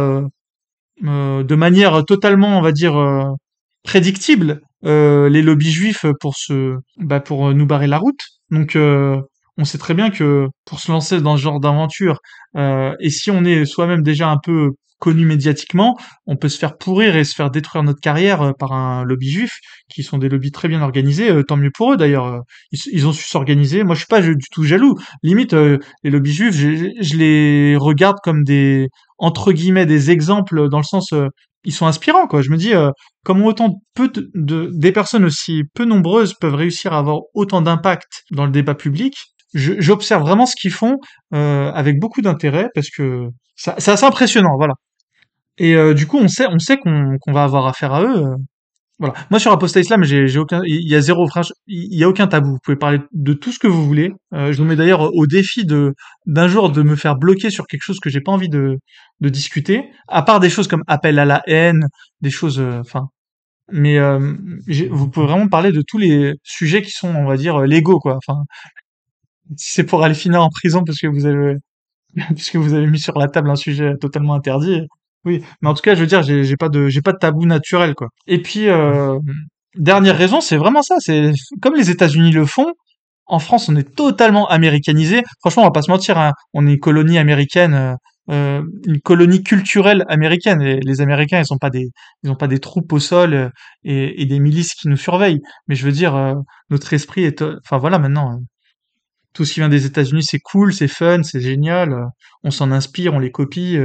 de manière totalement, on va dire, prédictible, les lobbies juifs pour nous barrer la route. Donc, on sait très bien que pour se lancer dans ce genre d'aventure, et si on est soi-même déjà un peu connu médiatiquement, on peut se faire pourrir et se faire détruire notre carrière par un lobby juif, qui sont des lobbies très bien organisés. Tant mieux pour eux d'ailleurs. Ils ont su s'organiser. Moi, je suis pas du tout jaloux. Limite, les lobbies juifs, je les regarde comme des entre guillemets des exemples dans le sens ils sont inspirants, quoi. Je me dis comment autant des personnes aussi peu nombreuses peuvent réussir à avoir autant d'impact dans le débat public. J'observe vraiment ce qu'ils font avec beaucoup d'intérêt parce que c'est assez impressionnant, voilà. Et du coup on sait qu'on va avoir affaire à eux. Voilà. Moi, sur Apostat Islam, j'ai aucun, il y a zéro, il y a aucun tabou. Vous pouvez parler de tout ce que vous voulez. Je vous mets d'ailleurs au défi d'un jour de me faire bloquer sur quelque chose que j'ai pas envie de discuter. À part des choses comme appel à la haine, des choses, enfin. Mais vous pouvez vraiment parler de tous les sujets qui sont, on va dire, légaux, quoi. Enfin, si c'est pour aller finir en prison parce que vous avez puisque vous avez mis sur la table un sujet totalement interdit. Oui, mais en tout cas, je veux dire, j'ai pas de tabou naturel, quoi. Et puis, dernière raison, c'est vraiment ça. C'est comme les États-Unis le font. En France, on est totalement américanisé. Franchement, on va pas se mentir, hein. On est une colonie américaine, une colonie culturelle américaine. Et les Américains, ils ont pas des troupes au sol et des milices qui nous surveillent. Mais je veux dire, notre esprit est, enfin voilà, maintenant. Tout ce qui vient des États-Unis, c'est cool, c'est fun, c'est génial. On s'en inspire, on les copie,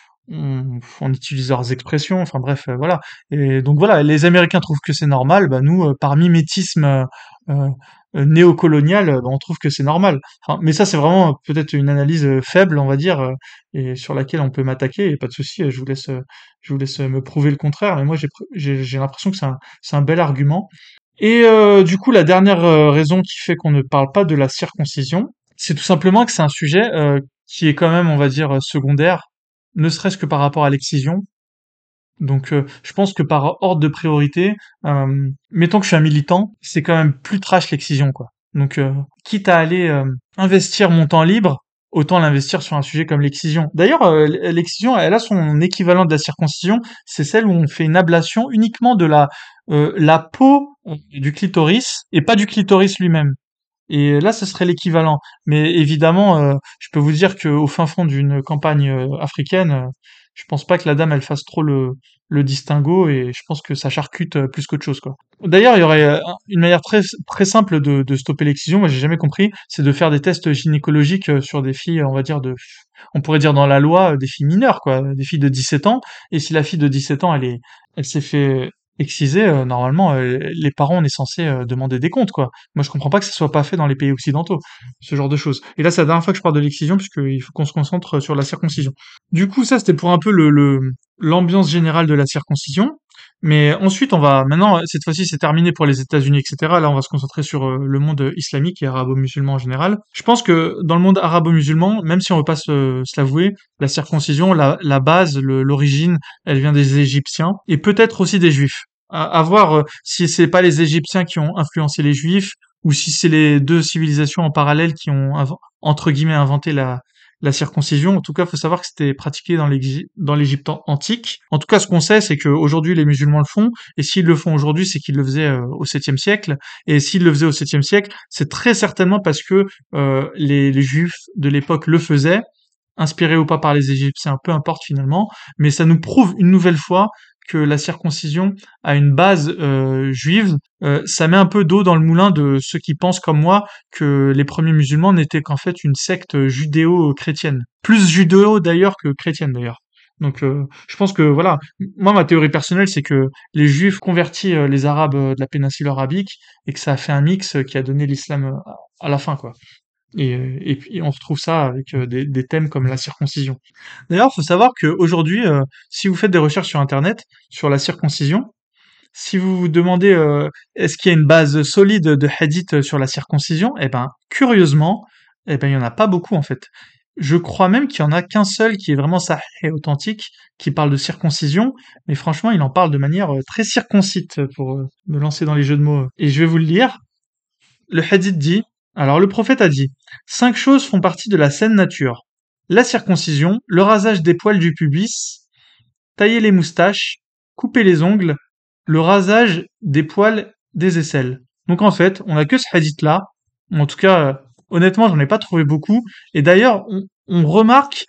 on utilise leurs expressions. Enfin bref, voilà. Et donc voilà, les Américains trouvent que c'est normal. Bah nous, par mimétisme euh, néocolonial, bah, on trouve que c'est normal. Enfin, mais ça, c'est vraiment peut-être une analyse faible, on va dire, et sur laquelle on peut m'attaquer. Et pas de souci, je vous laisse me prouver le contraire. Mais moi, j'ai l'impression que c'est un bel argument. Et du coup, la dernière raison qui fait qu'on ne parle pas de la circoncision, c'est tout simplement que c'est un sujet qui est quand même, on va dire, secondaire, ne serait-ce que par rapport à l'excision. Donc, je pense que par ordre de priorité, mettons que je suis un militant, c'est quand même plus trash l'excision, quoi. Donc, quitte à aller investir mon temps libre, autant l'investir sur un sujet comme l'excision. D'ailleurs, l'excision, elle a son équivalent de la circoncision, c'est celle où on fait une ablation uniquement de la peau du clitoris et pas du clitoris lui-même. Et là, ce serait l'équivalent. Mais évidemment, je peux vous dire qu'au fin fond d'une campagne africaine, je pense pas que la dame elle fasse trop le distinguo et je pense que ça charcute plus qu'autre chose quoi. D'ailleurs, il y aurait une manière très simple de stopper l'excision. Moi, j'ai jamais compris, c'est de faire des tests gynécologiques sur des filles, on va dire on pourrait dire dans la loi des filles mineures quoi, des filles de 17 ans. Et si la fille de 17 ans elle s'est fait exciser, normalement, les parents on est censé demander des comptes quoi. Moi, je comprends pas que ça soit pas fait dans les pays occidentaux, ce genre de choses. Et là, c'est la dernière fois que je parle de l'excision, puisqu'il faut qu'on se concentre sur la circoncision. Du coup, ça, c'était pour un peu l'ambiance générale de la circoncision. Mais ensuite, maintenant, cette fois-ci, c'est terminé pour les États-Unis, etc. Là, on va se concentrer sur le monde islamique et arabo-musulman en général. Je pense que dans le monde arabo-musulman, même si on veut pas se l'avouer, la circoncision, la base, l'origine, elle vient des Égyptiens et peut-être aussi des Juifs. À voir si c'est pas les Égyptiens qui ont influencé les Juifs ou si c'est les deux civilisations en parallèle qui ont entre guillemets inventé la circoncision. En tout cas, il faut savoir que c'était pratiqué dans l'Égypte antique. En tout cas, ce qu'on sait, c'est qu'aujourd'hui, les musulmans le font. Et s'ils le font aujourd'hui, c'est qu'ils le faisaient au 7e siècle. Et s'ils le faisaient au 7e siècle, c'est très certainement parce que les Juifs de l'époque le faisaient, inspirés ou pas par les Égyptiens, peu importe finalement. Mais ça nous prouve une nouvelle fois que la circoncision a une base juive. Ça met un peu d'eau dans le moulin de ceux qui pensent comme moi que les premiers musulmans n'étaient qu'en fait une secte judéo-chrétienne. Plus judéo d'ailleurs que chrétienne d'ailleurs. Donc je pense que voilà, moi ma théorie personnelle c'est que les juifs convertis les arabes de la péninsule arabique et que ça a fait un mix qui a donné l'islam à la fin quoi. Et puis on retrouve ça avec des thèmes comme la circoncision. D'ailleurs, faut savoir qu'aujourd'hui, si vous faites des recherches sur Internet sur la circoncision, si vous vous demandez est-ce qu'il y a une base solide de hadith sur la circoncision, eh ben curieusement, eh ben il y en a pas beaucoup en fait. Je crois même qu'il y en a qu'un seul qui est vraiment sahih et authentique, qui parle de circoncision, mais franchement, il en parle de manière très circoncite pour me lancer dans les jeux de mots. Et je vais vous le lire. Le hadith dit, alors le prophète a dit, 5 choses font partie de la saine nature. La circoncision, le rasage des poils du pubis, tailler les moustaches, couper les ongles, le rasage des poils des aisselles. Donc en fait, on a que ce hadith-là. En tout cas, honnêtement, j'en ai pas trouvé beaucoup. Et d'ailleurs, on remarque,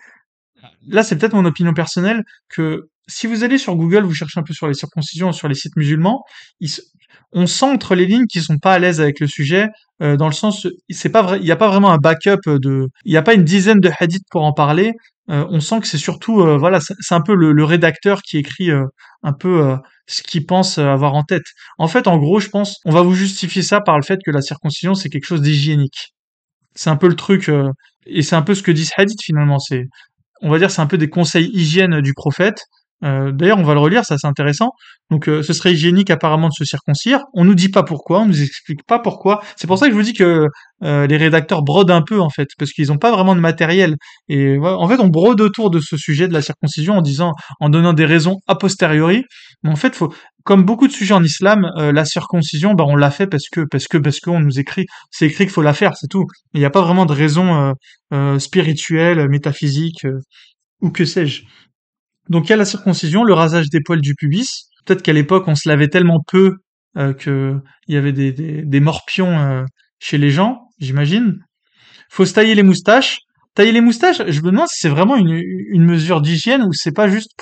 là c'est peut-être mon opinion personnelle, que si vous allez sur Google, vous cherchez un peu sur les circoncisions, sur les sites musulmans, ils se- on sent entre les lignes qu'ils sont pas à l'aise avec le sujet, dans le sens, c'est pas vrai, il y a pas vraiment un backup il y a pas une dizaine de hadiths pour en parler. On sent que c'est surtout, voilà, c'est un peu le rédacteur qui écrit un peu ce qu'il pense avoir en tête. En fait, en gros, je pense, on va vous justifier ça par le fait que la circoncision c'est quelque chose d'hygiénique. C'est un peu le truc, et c'est un peu ce que dit ce hadith finalement. On va dire, c'est un peu des conseils hygiène du prophète. D'ailleurs, on va le relire, ça c'est intéressant. Donc, ce serait hygiénique apparemment de se circoncire. On nous dit pas pourquoi, on nous explique pas pourquoi. C'est pour ça que je vous dis que les rédacteurs brodent un peu en fait, parce qu'ils ont pas vraiment de matériel. Et voilà, en fait, on brode autour de ce sujet de la circoncision en donnant des raisons a posteriori. Mais en fait, comme beaucoup de sujets en islam, la circoncision, bah, on l'a fait parce qu'on nous écrit, c'est écrit qu'il faut la faire, c'est tout. Il n'y a pas vraiment de raison spirituelle, métaphysique ou que sais-je. Donc il y a la circoncision, le rasage des poils du pubis. Peut-être qu'à l'époque on se lavait tellement peu que il y avait des morpions chez les gens, j'imagine. Faut se tailler les moustaches. Tailler les moustaches, je me demande si c'est vraiment une mesure d'hygiène ou si c'est pas juste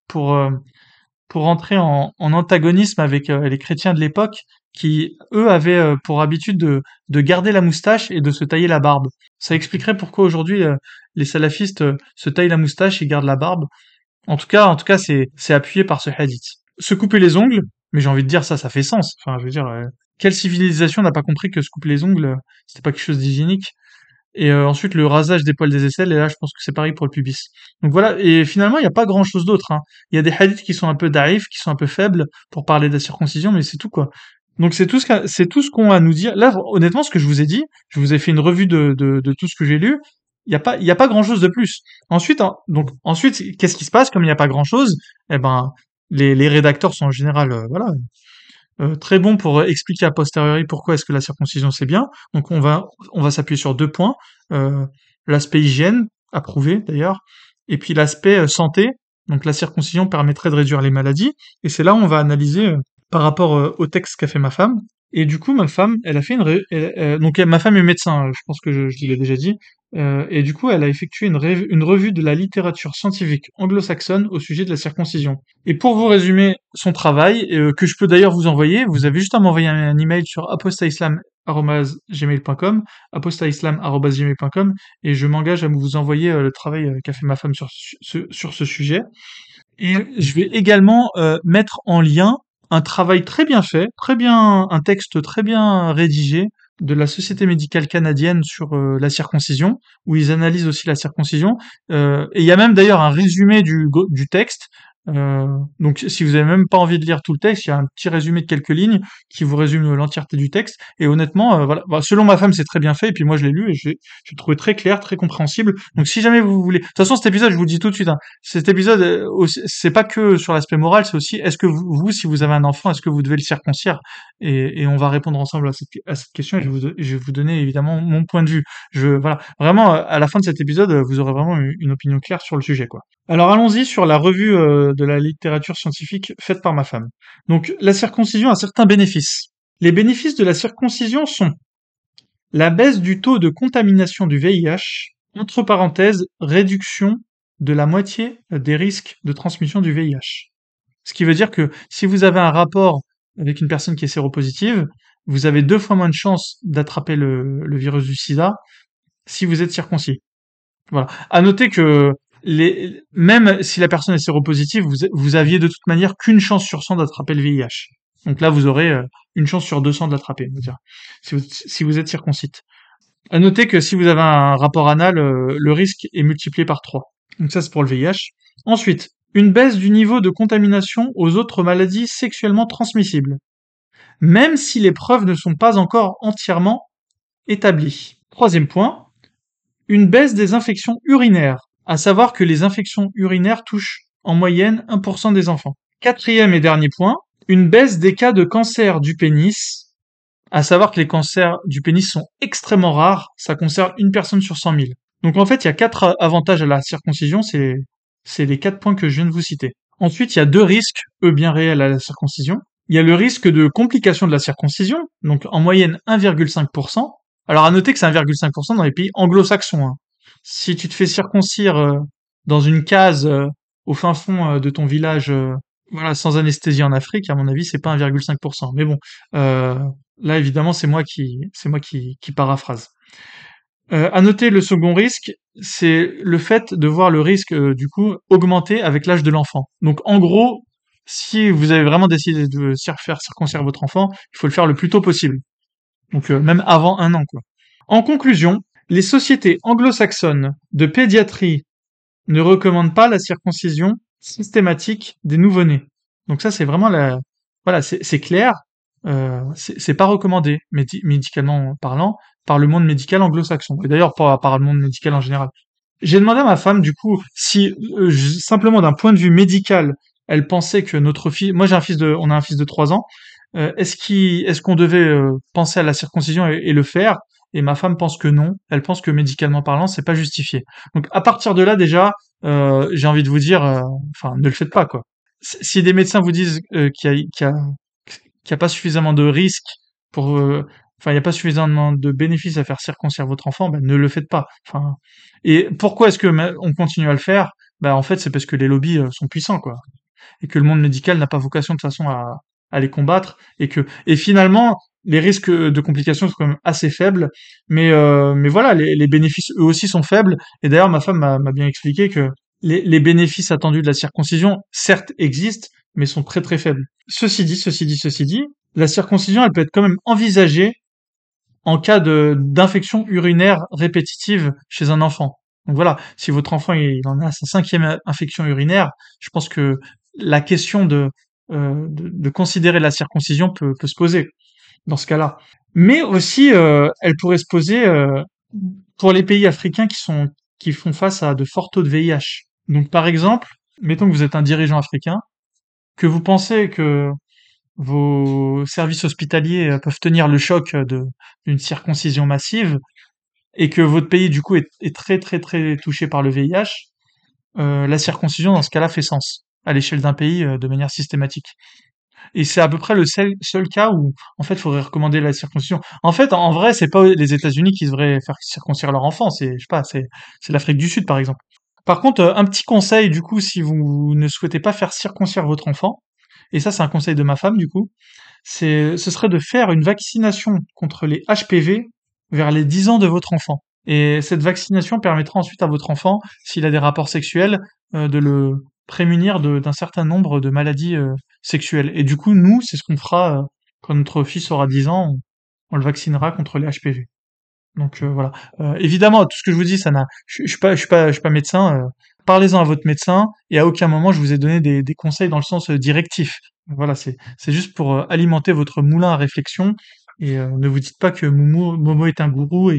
pour entrer en antagonisme avec les chrétiens de l'époque qui, eux, avaient pour habitude de garder la moustache et de se tailler la barbe. Ça expliquerait pourquoi aujourd'hui les salafistes se taillent la moustache et gardent la barbe. En tout cas, c'est appuyé par ce hadith. Se couper les ongles, mais j'ai envie de dire ça fait sens. Enfin, je veux dire, quelle civilisation n'a pas compris que se couper les ongles, c'était pas quelque chose d'hygiénique. Et ensuite, le rasage des poils des aisselles, et là, je pense que c'est pareil pour le pubis. Donc voilà, et finalement, il n'y a pas grand-chose d'autre, hein. Il y a des hadiths qui sont un peu daïfs, qui sont un peu faibles pour parler de la circoncision, mais c'est tout, quoi. Donc c'est tout ce qu'on a à nous dire. Là, honnêtement, ce que je vous ai dit, je vous ai fait une revue de tout ce que j'ai lu. Il y a pas grand-chose de plus. Ensuite, ensuite, qu'est-ce qui se passe comme il n'y a pas grand-chose? Eh ben, les rédacteurs sont en général, voilà, très bons pour expliquer a posteriori pourquoi est-ce que la circoncision c'est bien. Donc on va s'appuyer sur 2 points. Euh, L'aspect hygiène, approuvé d'ailleurs, et puis l'aspect santé. Donc la circoncision permettrait de réduire les maladies. Et c'est là où on va analyser par rapport au texte qu'a fait ma femme. Et du coup, ma femme, elle a fait donc ma femme est médecin, je pense que je l'ai déjà dit. Et du coup, elle a effectué une revue de la littérature scientifique anglo-saxonne au sujet de la circoncision. Et pour vous résumer son travail, que je peux d'ailleurs vous envoyer, vous avez juste à m'envoyer un email sur apostaislam@gmail.com, apostaislam@gmail.com, et je m'engage à vous envoyer le travail qu'a fait ma femme sur ce sujet. Et je vais également mettre en lien un travail très bien fait, très bien, un texte très bien rédigé de la Société médicale canadienne sur la circoncision, où ils analysent aussi la circoncision. Et il y a même d'ailleurs un résumé du texte. Euh, donc si vous avez même pas envie de lire tout le texte, il y a un petit résumé de quelques lignes qui vous résume l'entièreté du texte. Et honnêtement, voilà, bah, selon ma femme, c'est très bien fait. Et puis moi, je l'ai lu et j'ai trouvé très clair, très compréhensible. Donc si jamais vous voulez, de toute façon, cet épisode, je vous le dis tout de suite, hein, cet épisode, c'est pas que sur l'aspect moral, c'est aussi est-ce que si vous avez un enfant, est-ce que vous devez le circoncire? Et on va répondre ensemble à cette question et je vais vous donner évidemment mon point de vue. Voilà, vraiment, à la fin de cet épisode, vous aurez vraiment une opinion claire sur le sujet, quoi. Alors allons-y sur la revue de la littérature scientifique faite par ma femme. Donc la circoncision a certains bénéfices. Les bénéfices de la circoncision sont la baisse du taux de contamination du VIH, entre parenthèses, réduction de la moitié des risques de transmission du VIH. Ce qui veut dire que si vous avez un rapport avec une personne qui est séropositive, vous avez 2 fois moins de chances d'attraper le virus du sida si vous êtes circoncis. Voilà. À noter que même si la personne est séropositive, vous aviez de toute manière qu'une chance sur 100 d'attraper le VIH. Donc là, vous aurez une chance sur 200 de l'attraper, on va dire, si vous êtes circoncis. À noter que si vous avez un rapport anal, le risque est multiplié par 3. Donc ça, c'est pour le VIH. Ensuite, une baisse du niveau de contamination aux autres maladies sexuellement transmissibles, même si les preuves ne sont pas encore entièrement établies. Troisième point, une baisse des infections urinaires, à savoir que les infections urinaires touchent en moyenne 1% des enfants. Quatrième et dernier point, une baisse des cas de cancer du pénis, à savoir que les cancers du pénis sont extrêmement rares, ça concerne une personne sur 100 000. Donc en fait, il y a 4 avantages à la circoncision, c'est les 4 points que je viens de vous citer. Ensuite, il y a 2 risques, eux bien réels à la circoncision. Il y a le risque de complication de la circoncision, donc en moyenne 1,5%. Alors à noter que c'est 1,5% dans les pays anglo-saxons, hein. Si tu te fais circoncire dans une case au fin fond de ton village, voilà, sans anesthésie en Afrique, à mon avis, c'est pas 1,5%. Mais bon, euh, là évidemment, c'est moi qui paraphrase. À noter le second risque, c'est le fait de voir le risque du coup augmenter avec l'âge de l'enfant. Donc en gros, si vous avez vraiment décidé de faire circoncire votre enfant, il faut le faire le plus tôt possible. Donc même avant 1 an, quoi. En conclusion, les sociétés anglo-saxonnes de pédiatrie ne recommandent pas la circoncision systématique des nouveau-nés. Donc ça, c'est vraiment voilà, c'est clair. C'est pas recommandé médicalement parlant par le monde médical anglo-saxon et d'ailleurs par le monde médical en général. J'ai demandé à ma femme du coup si simplement d'un point de vue médical, elle pensait que notre fils, moi j'ai on a un fils de 3 ans, est-ce qu'on devait penser à la circoncision et le faire? Et ma femme pense que non. Elle pense que médicalement parlant, c'est pas justifié. Donc à partir de là déjà, j'ai envie de vous dire, enfin ne le faites pas quoi. Si des médecins vous disent qu'il y a pas suffisamment de risques pour, enfin il y a pas suffisamment de bénéfices à faire circoncire votre enfant, ben ne le faites pas. Enfin, et pourquoi est-ce que on continue à le faire? Ben en fait c'est parce que les lobbies sont puissants quoi, et que le monde médical n'a pas vocation de toute façon à les combattre et finalement les risques de complications sont quand même assez faibles, mais voilà, les bénéfices eux aussi sont faibles. Et d'ailleurs, ma femme m'a bien expliqué que les bénéfices attendus de la circoncision, certes, existent, mais sont très très faibles. Ceci dit, la circoncision, elle peut être quand même envisagée en cas d'infection urinaire répétitive chez un enfant. Donc voilà, si votre enfant il en a sa 5e infection urinaire, je pense que la question de considérer la circoncision peut se poser dans ce cas-là. Mais aussi, elle pourrait se poser pour les pays africains qui font face à de forts taux de VIH. Donc par exemple, mettons que vous êtes un dirigeant africain, que vous pensez que vos services hospitaliers peuvent tenir le choc d'une circoncision massive et que votre pays du coup est très très très touché par le VIH, la circoncision dans ce cas-là fait sens à l'échelle d'un pays de manière systématique. Et c'est à peu près le seul cas où, en fait, il faudrait recommander la circoncision. En fait, en vrai, c'est pas les États-Unis qui devraient faire circoncire leur enfant, c'est, je sais pas, c'est l'Afrique du Sud, par exemple. Par contre, un petit conseil, du coup, si vous ne souhaitez pas faire circoncire votre enfant, et ça, c'est un conseil de ma femme, du coup, ce serait de faire une vaccination contre les HPV vers les 10 ans de votre enfant. Et cette vaccination permettra ensuite à votre enfant, s'il a des rapports sexuels, de le prémunir d'un certain nombre de maladies sexuelles. Et du coup, nous, c'est ce qu'on fera quand notre fils aura 10 ans, on le vaccinera contre les HPV. Donc voilà. Évidemment, tout ce que je vous dis, ça n'a, je suis pas médecin. Parlez-en à votre médecin et à aucun moment je vous ai donné des conseils dans le sens directif. Voilà, c'est juste pour alimenter votre moulin à réflexion et ne vous dites pas que Momo est un gourou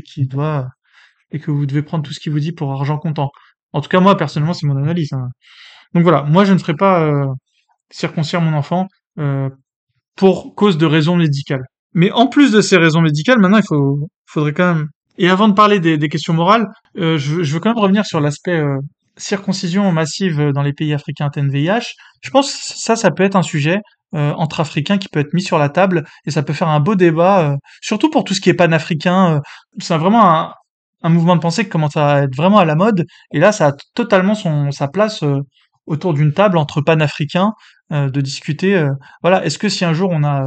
et que vous devez prendre tout ce qu'il vous dit pour argent comptant. En tout cas, moi personnellement, c'est mon analyse, hein. Donc voilà, moi je ne ferai pas circoncire mon enfant euh, pour cause de raisons médicales. Mais en plus de ces raisons médicales, maintenant faudrait quand même. Et avant de parler des questions morales, je veux quand même revenir sur l'aspect circoncision massive dans les pays africains atteints de VIH. Je pense que ça peut être un sujet entre Africains qui peut être mis sur la table et ça peut faire un beau débat, surtout pour tout ce qui est panafricain. C'est vraiment un mouvement de pensée qui commence à être vraiment à la mode et là, ça a totalement sa place autour d'une table entre panafricains de discuter. Voilà, est-ce que si un jour on a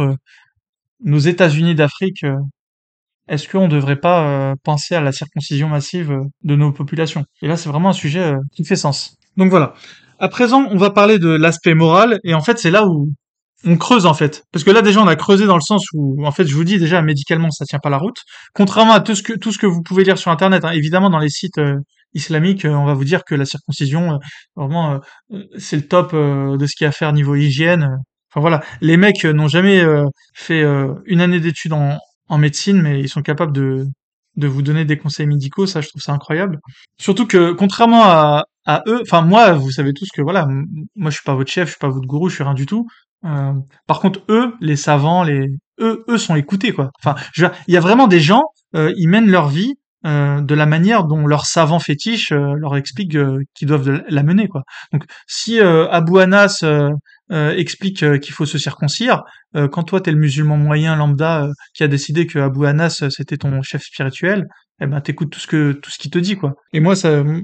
nos États-Unis d'Afrique, est-ce qu'on ne devrait pas penser à la circoncision massive de nos populations? Et là, c'est vraiment un sujet qui fait sens. Donc voilà. À présent, on va parler de l'aspect moral, et en fait, c'est là où on creuse en fait. Parce que là, déjà, on a creusé dans le sens où, en fait, je vous dis déjà, médicalement, ça tient pas la route. Contrairement à tout ce que vous pouvez lire sur Internet, hein. Évidemment, dans les sites islamiques, on va vous dire que la circoncision, vraiment, c'est le top de ce qu'il y a à faire niveau hygiène. Enfin voilà, les mecs n'ont jamais fait une année d'études en médecine, mais ils sont capables de vous donner des conseils médicaux. Ça, je trouve ça incroyable. Surtout que, contrairement à eux, enfin moi, vous savez tous que voilà, moi je suis pas votre chef, je suis pas votre gourou, je suis rien du tout. Euh, Par contre, eux, les savants, eux sont écoutés quoi. Enfin, il y a vraiment des gens, ils mènent leur vie de la manière dont leurs savants fétiches leur expliquent qu'ils doivent la mener quoi. Donc, si Abou Anas explique qu'il faut se circoncire, quand toi t'es le musulman moyen lambda qui a décidé que Abou Anas c'était ton chef spirituel, eh ben t'écoutes tout ce qu'il te dit quoi. Et moi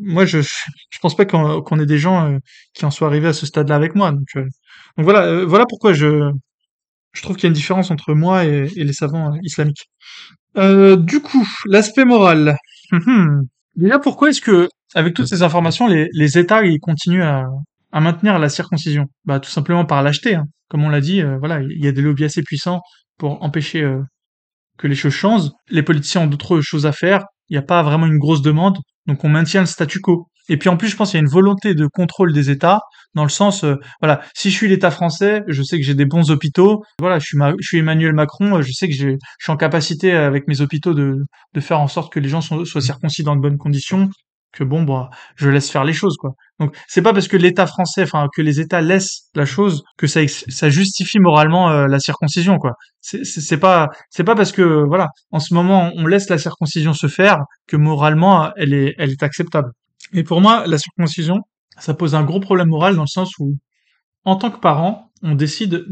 je pense pas qu'on ait des gens qui en soient arrivés à ce stade-là avec moi. Donc voilà, voilà pourquoi je trouve qu'il y a une différence entre moi et les savants islamiques. Du coup, l'aspect moral. Déjà, pourquoi est-ce que, avec toutes ces informations, les États ils continuent à maintenir la circoncision? Bah, tout simplement par l'acheter, hein. Comme on l'a dit, voilà, il y a des lobbies assez puissants pour empêcher que les choses changent. Les politiciens ont d'autres choses à faire. Il n'y a pas vraiment une grosse demande, donc on maintient le statu quo. Et puis en plus, je pense qu'il y a une volonté de contrôle des États, dans le sens, voilà, si je suis l'État français, je sais que j'ai des bons hôpitaux. Voilà, je suis Emmanuel Macron, je sais que je suis en capacité avec mes hôpitaux de faire en sorte que les gens soient circoncis dans de bonnes conditions. Que bon, bah, je laisse faire les choses, quoi. Donc, c'est pas parce que l'État français, enfin, que les États laissent la chose que ça justifie moralement la circoncision, quoi. C'est pas parce que voilà, en ce moment on laisse la circoncision se faire que moralement elle est acceptable. Et pour moi, la circoncision, ça pose un gros problème moral dans le sens où, en tant que parent, on décide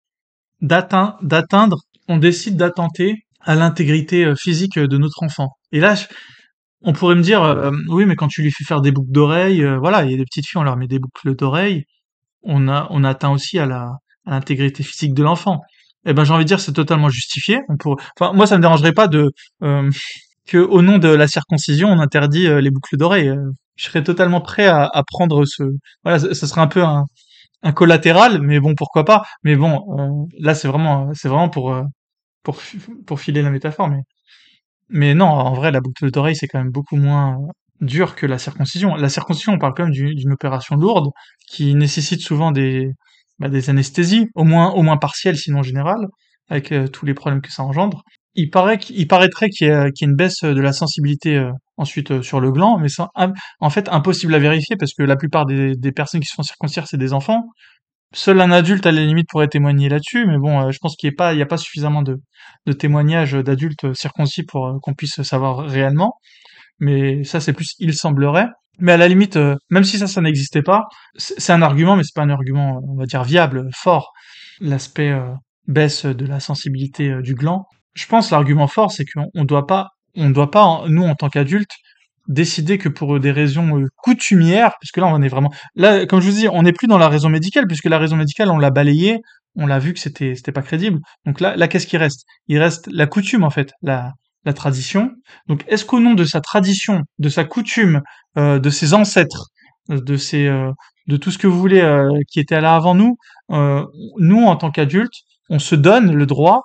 d'atteindre, on décide d'attenter à l'intégrité physique de notre enfant. Et là, on pourrait me dire, oui, mais quand tu lui fais faire des boucles d'oreilles, voilà, il y a des petites filles, on leur met des boucles d'oreilles, on atteint aussi à l'intégrité physique de l'enfant. Eh ben, j'ai envie de dire, c'est totalement justifié. Enfin, moi, ça me dérangerait pas euh, que, au nom de la circoncision, on interdit les boucles d'oreilles. Je serais totalement prêt à prendre voilà, ça serait un peu un collatéral, mais bon, pourquoi pas. Mais bon, là, c'est vraiment pour, pour filer la métaphore. Mais non, en vrai, la boucle d'oreille, c'est quand même beaucoup moins dur que la circoncision. La circoncision, on parle quand même d'une opération lourde qui nécessite souvent des anesthésies, au moins partielles, sinon générales, avec tous les problèmes que ça engendre. Il paraîtrait qu'il y ait une baisse de la sensibilité ensuite sur le gland, mais c'est en fait impossible à vérifier parce que la plupart des personnes qui se font circoncire, c'est des enfants. Seul un adulte, à la limite, pourrait témoigner là-dessus, mais bon, je pense il y a pas suffisamment de témoignages d'adultes circoncis pour qu'on puisse savoir réellement. Mais ça, c'est plus il semblerait. Mais à la limite, même si ça n'existait pas, c'est un argument, mais c'est pas un argument, on va dire, viable, fort. l'aspect baisse de la sensibilité du gland. Je pense l'argument fort, c'est on doit pas, nous en tant qu'adultes, décider que pour des raisons coutumières, puisque là on est vraiment, là comme je vous dis, on n'est plus dans la raison médicale, puisque la raison médicale on l'a balayée, on l'a vu que c'était pas crédible. Donc là qu'est-ce qui reste? Il reste la coutume en fait, la tradition. Donc est-ce qu'au nom de sa tradition, de sa coutume, de ses ancêtres, de ses de tout ce que vous voulez qui était là avant nous, euh, nous en tant qu'adultes, on se donne le droit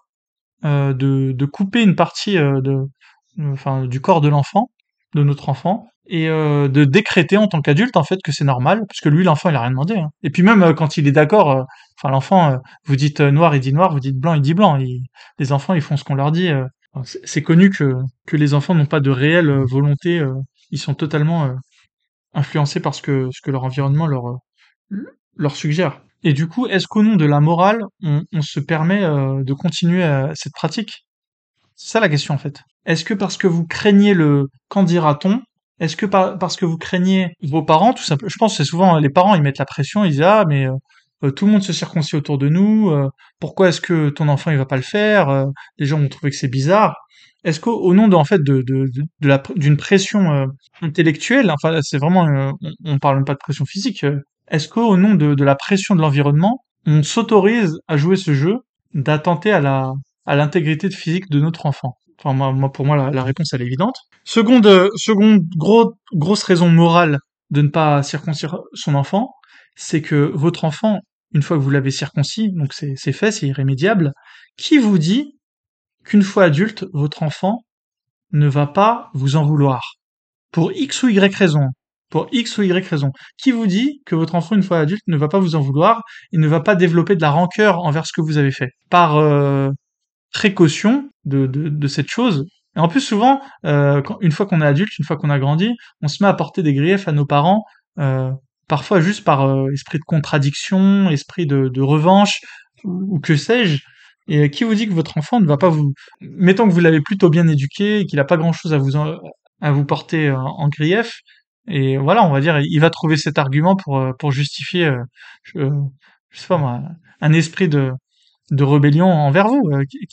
de couper une partie enfin, du corps de l'enfant, de notre enfant, et de décréter en tant qu'adulte en fait que c'est normal, parce que lui l'enfant il a rien demandé. Hein. Et puis même quand il est d'accord, enfin l'enfant, vous dites noir il dit noir, vous dites blanc il dit blanc. Les enfants ils font ce qu'on leur dit. Enfin, c'est connu que les enfants n'ont pas de réelle volonté, ils sont totalement influencés par ce que leur environnement leur suggère. Et du coup, est-ce qu'au nom de la morale, on se permet de continuer cette pratique? C'est ça la question en fait. Est-ce que parce que vous craignez le qu'en dira-t-on? Est-ce que parce que vous craignez vos parents, tout simplement? Je pense que c'est souvent les parents, ils mettent la pression, ils disent ah mais tout le monde se circoncis autour de nous. Pourquoi est-ce que ton enfant il va pas le faire? Les gens vont trouver que c'est bizarre. Est-ce qu'au nom de en fait d'une pression intellectuelle, enfin c'est vraiment on parle même pas de pression physique. Est-ce qu'au nom de la pression de l'environnement, on s'autorise à jouer ce jeu d'attenter à l'intégrité physique de notre enfant? Enfin, pour moi, la réponse, elle est évidente. Seconde grosse raison morale de ne pas circoncire son enfant, c'est que votre enfant, une fois que vous l'avez circoncis, donc c'est fait, c'est irrémédiable, qui vous dit qu'une fois adulte, votre enfant ne va pas vous en vouloir? Pour X ou Y raison. Pour X ou Y raison. Qui vous dit que votre enfant, une fois adulte, ne va pas vous en vouloir et ne va pas développer de la rancœur envers ce que vous avez fait? Par précaution de cette chose. Et en plus, souvent, une fois qu'on est adulte, une fois qu'on a grandi, on se met à porter des griefs à nos parents, euh, parfois juste par esprit de contradiction, esprit de revanche, ou que sais-je. Et qui vous dit que votre enfant ne va pas vous... Mettons que vous l'avez plutôt bien éduqué, et qu'il n'a pas grand-chose à vous porter en grief, et voilà, on va dire, il va trouver cet argument pour justifier, je, je sais pas moi, un esprit de rébellion envers vous.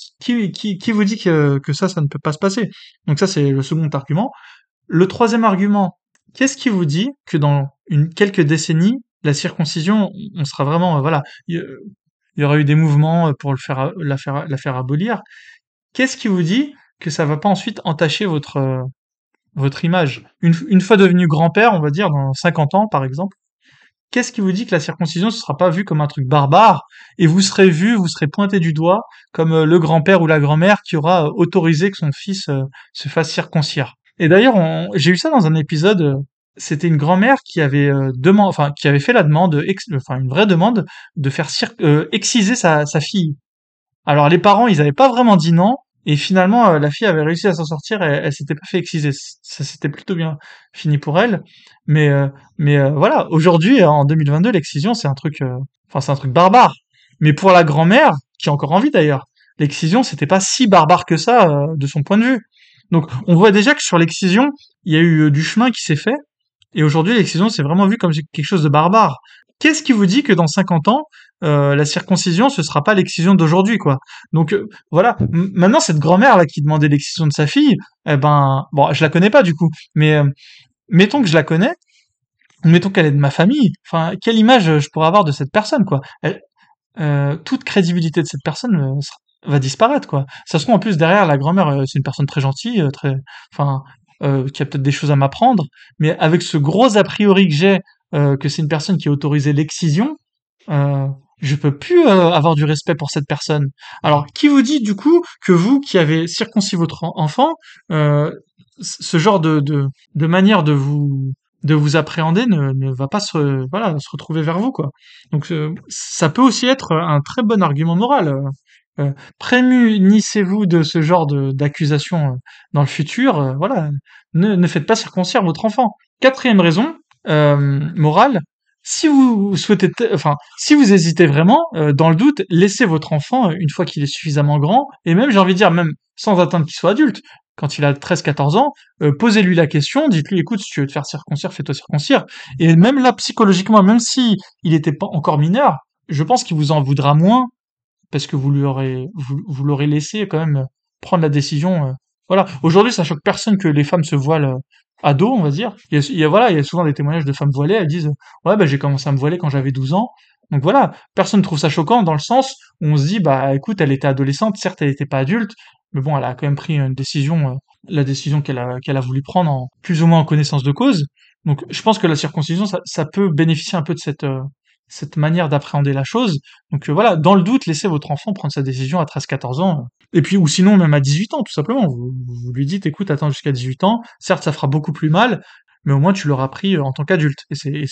Qui vous dit que ça ne peut pas se passer? Donc ça, c'est le second argument. Le troisième argument, qu'est-ce qui vous dit que dans quelques décennies, la circoncision, on sera vraiment, voilà, il y aura eu des mouvements pour la faire abolir. Qu'est-ce qui vous dit que ça va pas ensuite entacher votre image? Une fois devenu grand-père, on va dire, dans 50 ans, par exemple, qu'est-ce qui vous dit que la circoncision ne sera pas vue comme un truc barbare et vous serez pointé du doigt comme le grand-père ou la grand-mère qui aura autorisé que son fils se fasse circoncire? Et d'ailleurs, j'ai eu ça dans un épisode. C'était une grand-mère qui avait enfin qui avait fait la demande, enfin une vraie demande de faire exciser sa fille. Alors les parents, ils avaient pas vraiment dit non, et finalement la fille avait réussi à s'en sortir, elle s'était pas fait exciser. Ça s'était plutôt bien fini pour elle. Mais voilà, aujourd'hui en 2022, l'excision c'est un truc, enfin c'est un truc barbare. Mais pour la grand-mère, qui a encore envie d'ailleurs, l'excision c'était pas si barbare que ça de son point de vue. Donc on voit déjà que sur l'excision, il y a eu du chemin qui s'est fait, et aujourd'hui l'excision c'est vraiment vu comme quelque chose de barbare. Qu'est-ce qui vous dit que dans 50 ans, la circoncision, ce sera pas l'excision d'aujourd'hui, quoi. Donc voilà. Maintenant, cette grand-mère là qui demandait l'excision de sa fille, eh ben, bon, je la connais pas du coup, mais mettons que je la connais, ou mettons qu'elle est de ma famille. Enfin, quelle image je pourrais avoir de cette personne, quoi. Toute crédibilité de cette personne va disparaître, quoi. Ça se trouve en plus derrière la grand-mère, c'est une personne très gentille, très, enfin, qui a peut-être des choses à m'apprendre, mais avec ce gros a priori que j'ai, que c'est une personne qui a autorisé l'excision, euh, je peux plus avoir du respect pour cette personne. Alors, qui vous dit du coup que vous, qui avez circoncis votre enfant, ce genre de manière de vous appréhender ne va pas voilà, se retrouver vers vous, quoi. Donc, ça peut aussi être un très bon argument moral. Prémunissez-vous de ce genre d'accusation dans le futur. Voilà, ne faites pas circoncire votre enfant. Quatrième raison morale, si vous souhaitez, enfin, si vous hésitez vraiment, dans le doute, laissez votre enfant une fois qu'il est suffisamment grand, et même, j'ai envie de dire, même sans attendre qu'il soit adulte, quand il a 13-14 ans, posez-lui la question, dites-lui, écoute, si tu veux te faire circoncire, fais-toi circoncire. Et même là, psychologiquement, même si il était pas encore mineur, je pense qu'il vous en voudra moins parce que vous l'aurez laissé quand même prendre la décision. Voilà. Aujourd'hui, ça choque personne que les femmes se voilent à dos, on va dire. Voilà, il y a souvent des témoignages de femmes voilées. Elles disent, ouais, bah, j'ai commencé à me voiler quand j'avais 12 ans. Donc voilà, personne ne trouve ça choquant dans le sens où on se dit, bah, écoute, elle était adolescente, certes, elle n'était pas adulte, mais bon, elle a quand même pris une décision, la décision qu'elle a voulu prendre en plus ou moins en connaissance de cause. Donc, je pense que la circoncision, ça peut bénéficier un peu de cette manière d'appréhender la chose. Donc voilà, dans le doute, laissez votre enfant prendre sa décision à 13-14 ans. Et puis, ou sinon même à 18 ans, tout simplement. Vous lui dites, écoute, attends jusqu'à 18 ans. Certes, ça fera beaucoup plus mal, mais au moins tu l'auras pris en tant qu'adulte.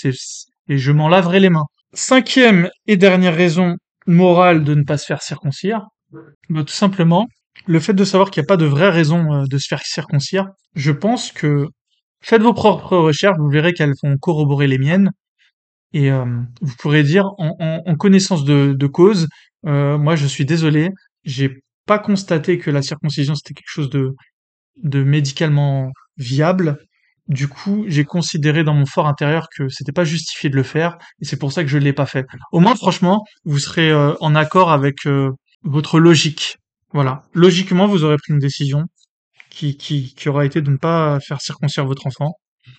Et je m'en laverai les mains. Cinquième et dernière raison morale de ne pas se faire circoncire, bah, tout simplement, le fait de savoir qu'il n'y a pas de vraie raison de se faire circoncire, je pense que faites vos propres recherches, vous verrez qu'elles vont corroborer les miennes. Et vous pourrez dire en connaissance de cause, moi je suis désolé, j'ai pas constaté que la circoncision c'était quelque chose de médicalement viable. Du coup, j'ai considéré dans mon fort intérieur que c'était pas justifié de le faire, et c'est pour ça que je l'ai pas fait. Au moins, franchement, vous serez en accord avec votre logique. Voilà. Logiquement, vous aurez pris une décision qui aura été de ne pas faire circoncire votre enfant.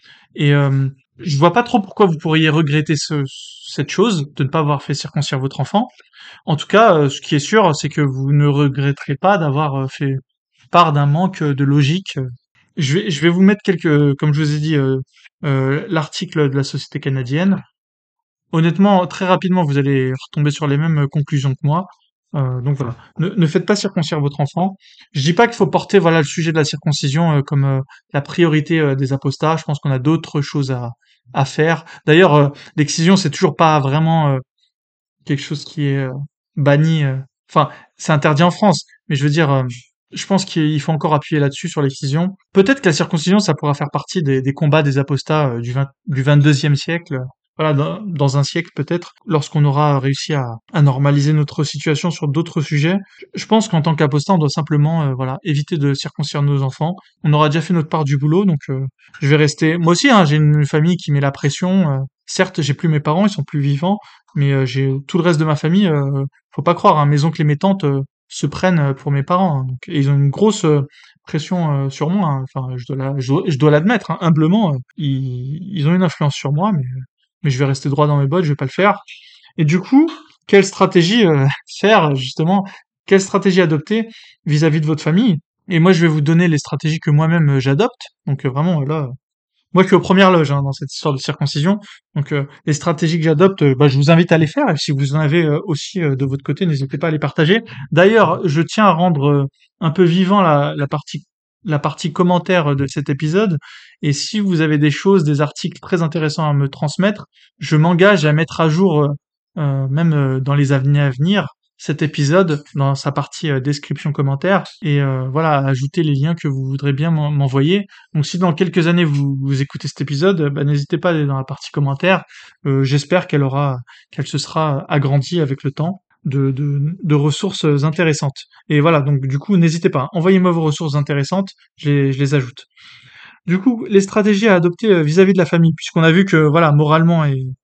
Et je vois pas trop pourquoi vous pourriez regretter cette chose de ne pas avoir fait circoncire votre enfant. En tout cas, ce qui est sûr, c'est que vous ne regretterez pas d'avoir fait part d'un manque de logique. Je vais vous mettre comme je vous ai dit, l'article de la Société canadienne. Honnêtement, très rapidement, vous allez retomber sur les mêmes conclusions que moi. Donc voilà, ne faites pas circoncire votre enfant. Je dis pas qu'il faut porter voilà le sujet de la circoncision comme la priorité des apostats. Je pense qu'on a d'autres choses à faire. D'ailleurs, l'excision c'est toujours pas vraiment quelque chose qui est banni. Enfin, c'est interdit en France, mais je veux dire, je pense qu'il faut encore appuyer là-dessus sur l'excision. Peut-être que la circoncision, ça pourra faire partie des combats des apostats du 22e siècle. Voilà, dans un siècle peut-être, lorsqu'on aura réussi à normaliser notre situation sur d'autres sujets. Je pense qu'en tant qu'apostat, on doit simplement, voilà, éviter de circoncire nos enfants. On aura déjà fait notre part du boulot, donc je vais rester. Moi aussi, hein, j'ai une famille qui met la pression. Certes, j'ai plus mes parents, ils sont plus vivants, mais j'ai tout le reste de ma famille. Faut pas croire, hein, mes oncles et mes tantes se prennent pour mes parents. Hein. Et ils ont une grosse pression sur moi. Hein. Enfin, je dois l'admettre, hein, humblement. Ils ont une influence sur moi, mais je vais rester droit dans mes bottes, je vais pas le faire. Et du coup, quelle stratégie faire justement? Quelle stratégie adopter vis-à-vis de votre famille? Et moi, je vais vous donner les stratégies que moi-même j'adopte. Donc vraiment là, moi, je suis aux premières loges hein, dans cette histoire de circoncision. Donc, les stratégies que j'adopte, bah, je vous invite à les faire. Et si vous en avez aussi de votre côté, n'hésitez pas à les partager. D'ailleurs, je tiens à rendre un peu vivant la partie commentaire de cet épisode. Et si vous avez des choses, des articles très intéressants à me transmettre, je m'engage à mettre à jour, même dans les années à venir, cet épisode dans sa partie description commentaire et voilà ajouter les liens que vous voudrez bien m'envoyer. Donc si dans quelques années vous écoutez cet épisode, bah, n'hésitez pas à aller dans la partie commentaire. J'espère qu'elle se sera agrandie avec le temps de ressources intéressantes. Et voilà, donc du coup, n'hésitez pas, envoyez-moi vos ressources intéressantes, je les ajoute. Du coup, les stratégies à adopter vis-à-vis de la famille, puisqu'on a vu que voilà, moralement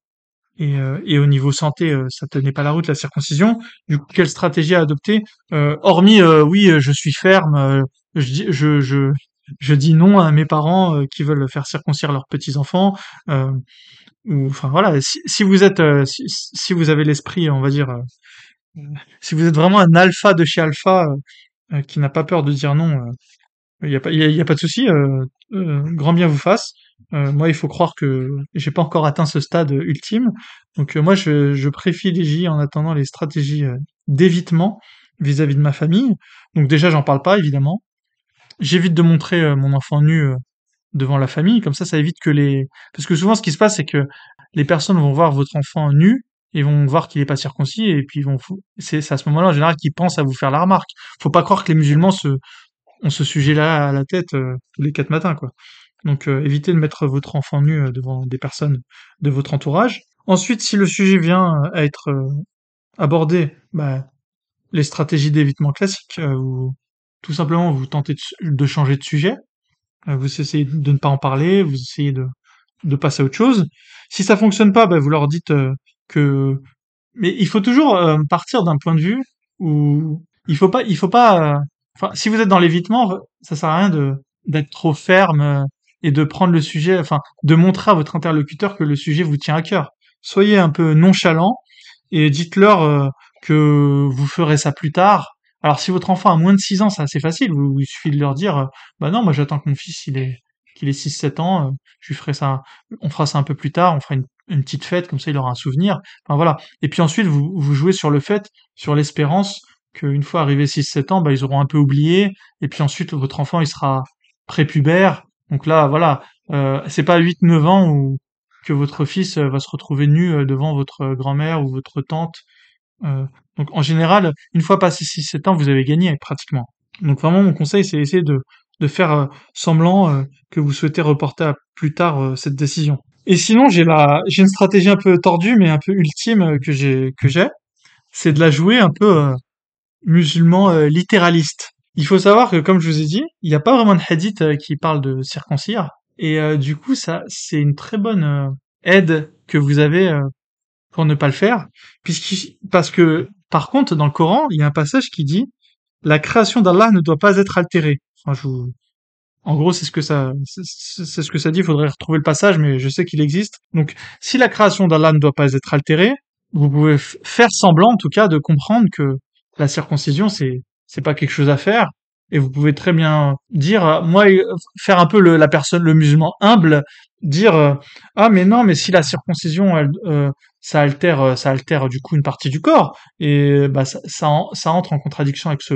et au niveau santé, ça tenait pas la route la circoncision. Du coup, quelle stratégie à adopter hormis, oui, je suis ferme, je dis, je dis non à mes parents qui veulent faire circoncire leurs petits enfants. euh, ou enfin voilà, si vous êtes, si vous avez l'esprit, on va dire, si vous êtes vraiment un alpha de chez alpha qui n'a pas peur de dire non, il y a pas, il y a pas de souci. Grand bien vous fasse. Moi, il faut croire que j'ai pas encore atteint ce stade ultime. Donc moi, je privilégie en attendant les stratégies d'évitement vis-à-vis de ma famille. Donc déjà, j'en parle pas évidemment. J'évite de montrer mon enfant nu devant la famille. Comme ça évite que les. Parce que souvent, ce qui se passe, c'est que les personnes vont voir votre enfant nu et vont voir qu'il est pas circoncis et puis c'est à ce moment-là en général qu'ils pensent à vous faire la remarque. Faut pas croire que les musulmans ont ce sujet-là à la tête tous les 4 matins, quoi. Donc évitez de mettre votre enfant nu devant des personnes de votre entourage. Ensuite, si le sujet vient à être abordé, bah, les stratégies d'évitement classiques, ou tout simplement vous tentez de changer de sujet, vous essayez de ne pas en parler, vous essayez de passer à autre chose. Si ça fonctionne pas, bah, vous leur dites que... Mais il faut toujours partir d'un point de vue. où il faut pas, enfin, si vous êtes dans l'évitement, ça sert à rien d'être trop ferme et de prendre le sujet, enfin, de montrer à votre interlocuteur que le sujet vous tient à cœur. Soyez un peu nonchalant et dites-leur que vous ferez ça plus tard. Alors, si votre enfant a moins de 6 ans, c'est assez facile. Il suffit de leur dire, bah non, moi j'attends que mon fils qu'il ait 6 7 ans, je lui ferai ça, on fera ça un peu plus tard, on fera une petite fête, comme ça il aura un souvenir. Enfin voilà. Et puis ensuite, vous jouez sur le fait, sur l'espérance qu'une fois arrivé 6 7 ans, bah, ils auront un peu oublié. Et puis ensuite, votre enfant, il sera prépubère. Donc là, voilà, c'est pas 8 9 ans où que votre fils va se retrouver nu devant votre grand-mère ou votre tante. Euh, donc en général, une fois passé 6 7 ans, vous avez gagné pratiquement. Donc vraiment, mon conseil, c'est essayer de faire semblant que vous souhaitez reporter à plus tard cette décision. Et sinon, j'ai une stratégie un peu tordue, mais un peu ultime que j'ai, c'est de la jouer un peu musulman littéraliste. Il faut savoir que, comme je vous ai dit, il n'y a pas vraiment de hadith qui parle de circoncire. Et du coup, ça, c'est une très bonne aide que vous avez pour ne pas le faire, parce que, par contre, dans le Coran, il y a un passage qui dit la création d'Allah ne doit pas être altérée. Enfin, en gros, c'est ce que ça dit. Il faudrait retrouver le passage, mais je sais qu'il existe. Donc, si la création d'Allah ne doit pas être altérée, vous pouvez faire semblant, en tout cas, de comprendre que la circoncision, c'est pas quelque chose à faire. Et vous pouvez très bien dire, faire un peu la personne, le musulman humble, dire, ah, mais non, mais si la circoncision, ça altère du coup une partie du corps. Et, bah, ça entre en contradiction avec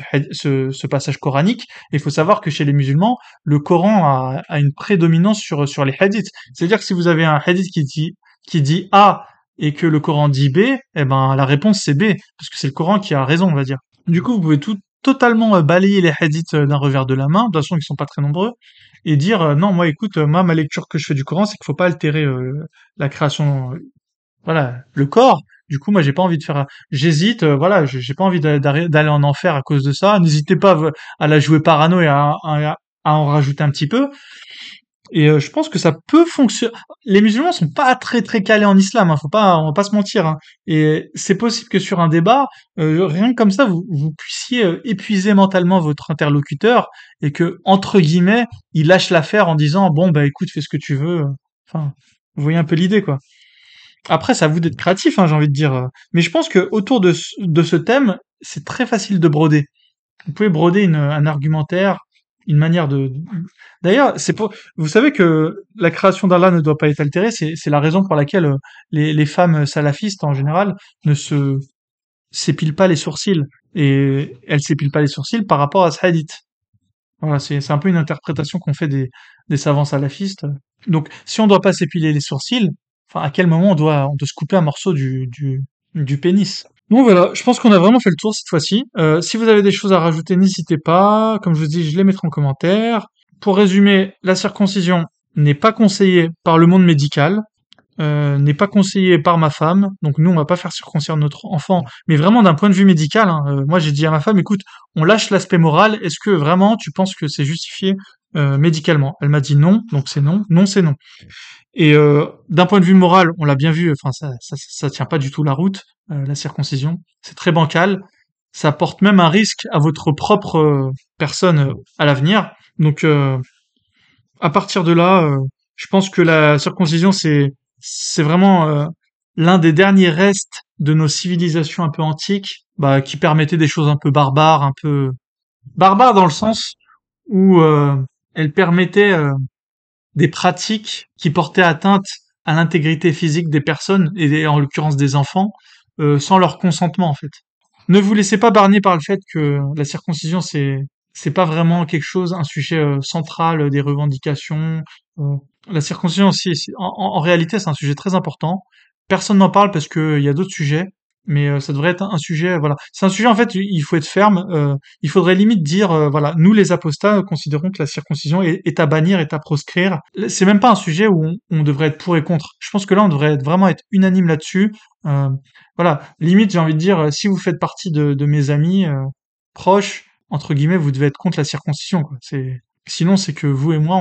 ce passage coranique. Et il faut savoir que chez les musulmans, le Coran a une prédominance sur les hadiths. C'est-à-dire que si vous avez un hadith qui dit A et que le Coran dit B, eh ben la réponse c'est B, parce que c'est le Coran qui a raison, on va dire. Du coup, vous pouvez totalement balayer les hadiths d'un revers de la main, de toute façon ils sont pas très nombreux, et dire non, moi écoute, moi ma lecture que je fais du Coran, c'est qu'il faut pas altérer la création, voilà, le corps. Du coup, moi j'ai pas envie de faire, j'hésite, voilà, j'ai pas envie d'aller en enfer à cause de ça. N'hésitez pas à la jouer parano et à en rajouter un petit peu. Et je pense que ça peut fonctionner. Les musulmans sont pas très très calés en islam, hein, on va pas se mentir. Hein. Et c'est possible que sur un débat, rien que comme ça, vous puissiez épuiser mentalement votre interlocuteur et que entre guillemets, il lâche l'affaire en disant bon bah écoute, fais ce que tu veux. Enfin, vous voyez un peu l'idée quoi. Après, c'est à vous d'être créatif, hein, j'ai envie de dire. Mais je pense que autour de ce thème, c'est très facile de broder. Vous pouvez broder un argumentaire, une manière de. D'ailleurs, vous savez que la création d'Allah ne doit pas être altérée. C'est la raison pour laquelle les femmes salafistes en général ne se s'épilent pas les sourcils et elles s'épilent pas les sourcils par rapport à ce hadith. Voilà, c'est un peu une interprétation qu'on fait des savants salafistes. Donc, si on doit pas s'épiler les sourcils, enfin, à quel moment on doit se couper un morceau du pénis? Bon voilà, je pense qu'on a vraiment fait le tour cette fois-ci. Si vous avez des choses à rajouter, n'hésitez pas. Comme je vous dis, je les mettrai en commentaire. Pour résumer, la circoncision n'est pas conseillée par le monde médical, n'est pas conseillée par ma femme. Donc nous, on va pas faire circoncire notre enfant, mais vraiment d'un point de vue médical. Hein. Moi, j'ai dit à ma femme, écoute, on lâche l'aspect moral. Est-ce que vraiment tu penses que c'est justifié médicalement? Elle m'a dit non, donc c'est non. Non, c'est non. Et d'un point de vue moral, on l'a bien vu, enfin ça tient pas du tout la route, la circoncision. C'est très bancal. Ça porte même un risque à votre propre personne à l'avenir. Donc à partir de là, je pense que la circoncision c'est vraiment l'un des derniers restes de nos civilisations un peu antiques, bah, qui permettaient des choses un peu barbares dans le sens où elles permettaient des pratiques qui portaient atteinte à l'intégrité physique des personnes, et en l'occurrence des enfants, sans leur consentement en fait. Ne vous laissez pas berner par le fait que la circoncision c'est pas vraiment quelque chose, un sujet central des revendications. Euh, la circoncision aussi, en réalité, c'est un sujet très important. Personne n'en parle parce que il y a d'autres sujets, mais ça devrait être un sujet. Voilà, c'est un sujet en fait. Il faut être ferme. Il faudrait limite dire, voilà, nous les apostats considérons que la circoncision est à bannir, est à proscrire. C'est même pas un sujet où on devrait être pour et contre. Je pense que là, on devrait vraiment être unanime là-dessus. Euh, voilà, limite, j'ai envie de dire, si vous faites partie de mes amis proches, entre guillemets, vous devez être contre la circoncision, quoi. Sinon, c'est que vous et moi,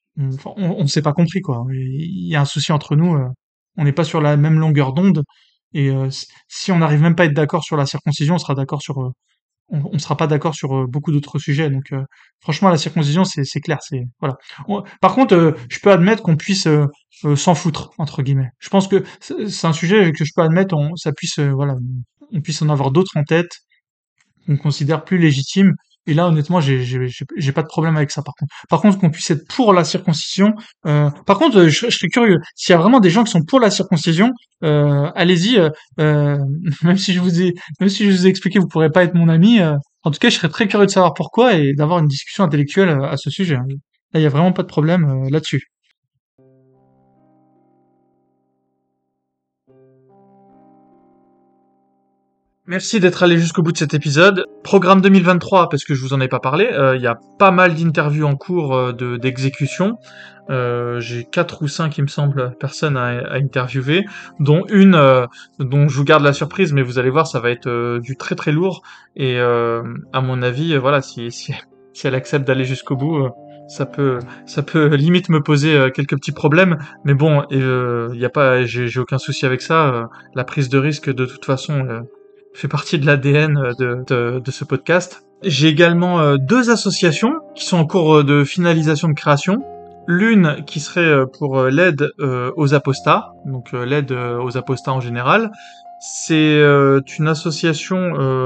on s'est pas compris, quoi. Il y a un souci entre nous, on n'est pas sur la même longueur d'onde, et si on n'arrive même pas à être d'accord sur la circoncision, on sera d'accord sur on sera pas d'accord sur beaucoup d'autres sujets. Donc franchement, la circoncision, c'est clair, c'est voilà. Par contre, je peux admettre qu'on puisse s'en foutre entre guillemets. Je pense que c'est un sujet que je peux admettre, ça puisse voilà, on puisse en avoir d'autres en tête qu'on considère plus légitimes. Et là, honnêtement, j'ai pas de problème avec ça, par contre. Par contre, qu'on puisse être pour la circoncision. Par contre, je serais curieux. S'il y a vraiment des gens qui sont pour la circoncision, allez-y. Euh, même si je vous ai, même si je vous ai expliqué, vous pourrez pas être mon ami. En tout cas, je serais très curieux de savoir pourquoi et d'avoir une discussion intellectuelle à ce sujet. Là, il y a vraiment pas de problème là-dessus. Merci d'être allé jusqu'au bout de cet épisode. Programme 2023, parce que je vous en ai pas parlé, il y a pas mal d'interviews en cours d'exécution. J'ai 4 ou 5, il me semble, personnes à interviewer, dont une dont je vous garde la surprise, mais vous allez voir, ça va être du très très lourd. Et à mon avis, voilà, si elle accepte d'aller jusqu'au bout, ça peut limite me poser quelques petits problèmes. Mais bon, y a pas, j'ai aucun souci avec ça. La prise de risque, de toute façon, fait partie de l'ADN de ce podcast. J'ai également 2 associations qui sont en cours de finalisation de création. L'une qui serait pour l'aide aux apostats, donc l'aide aux apostats en général. C'est une association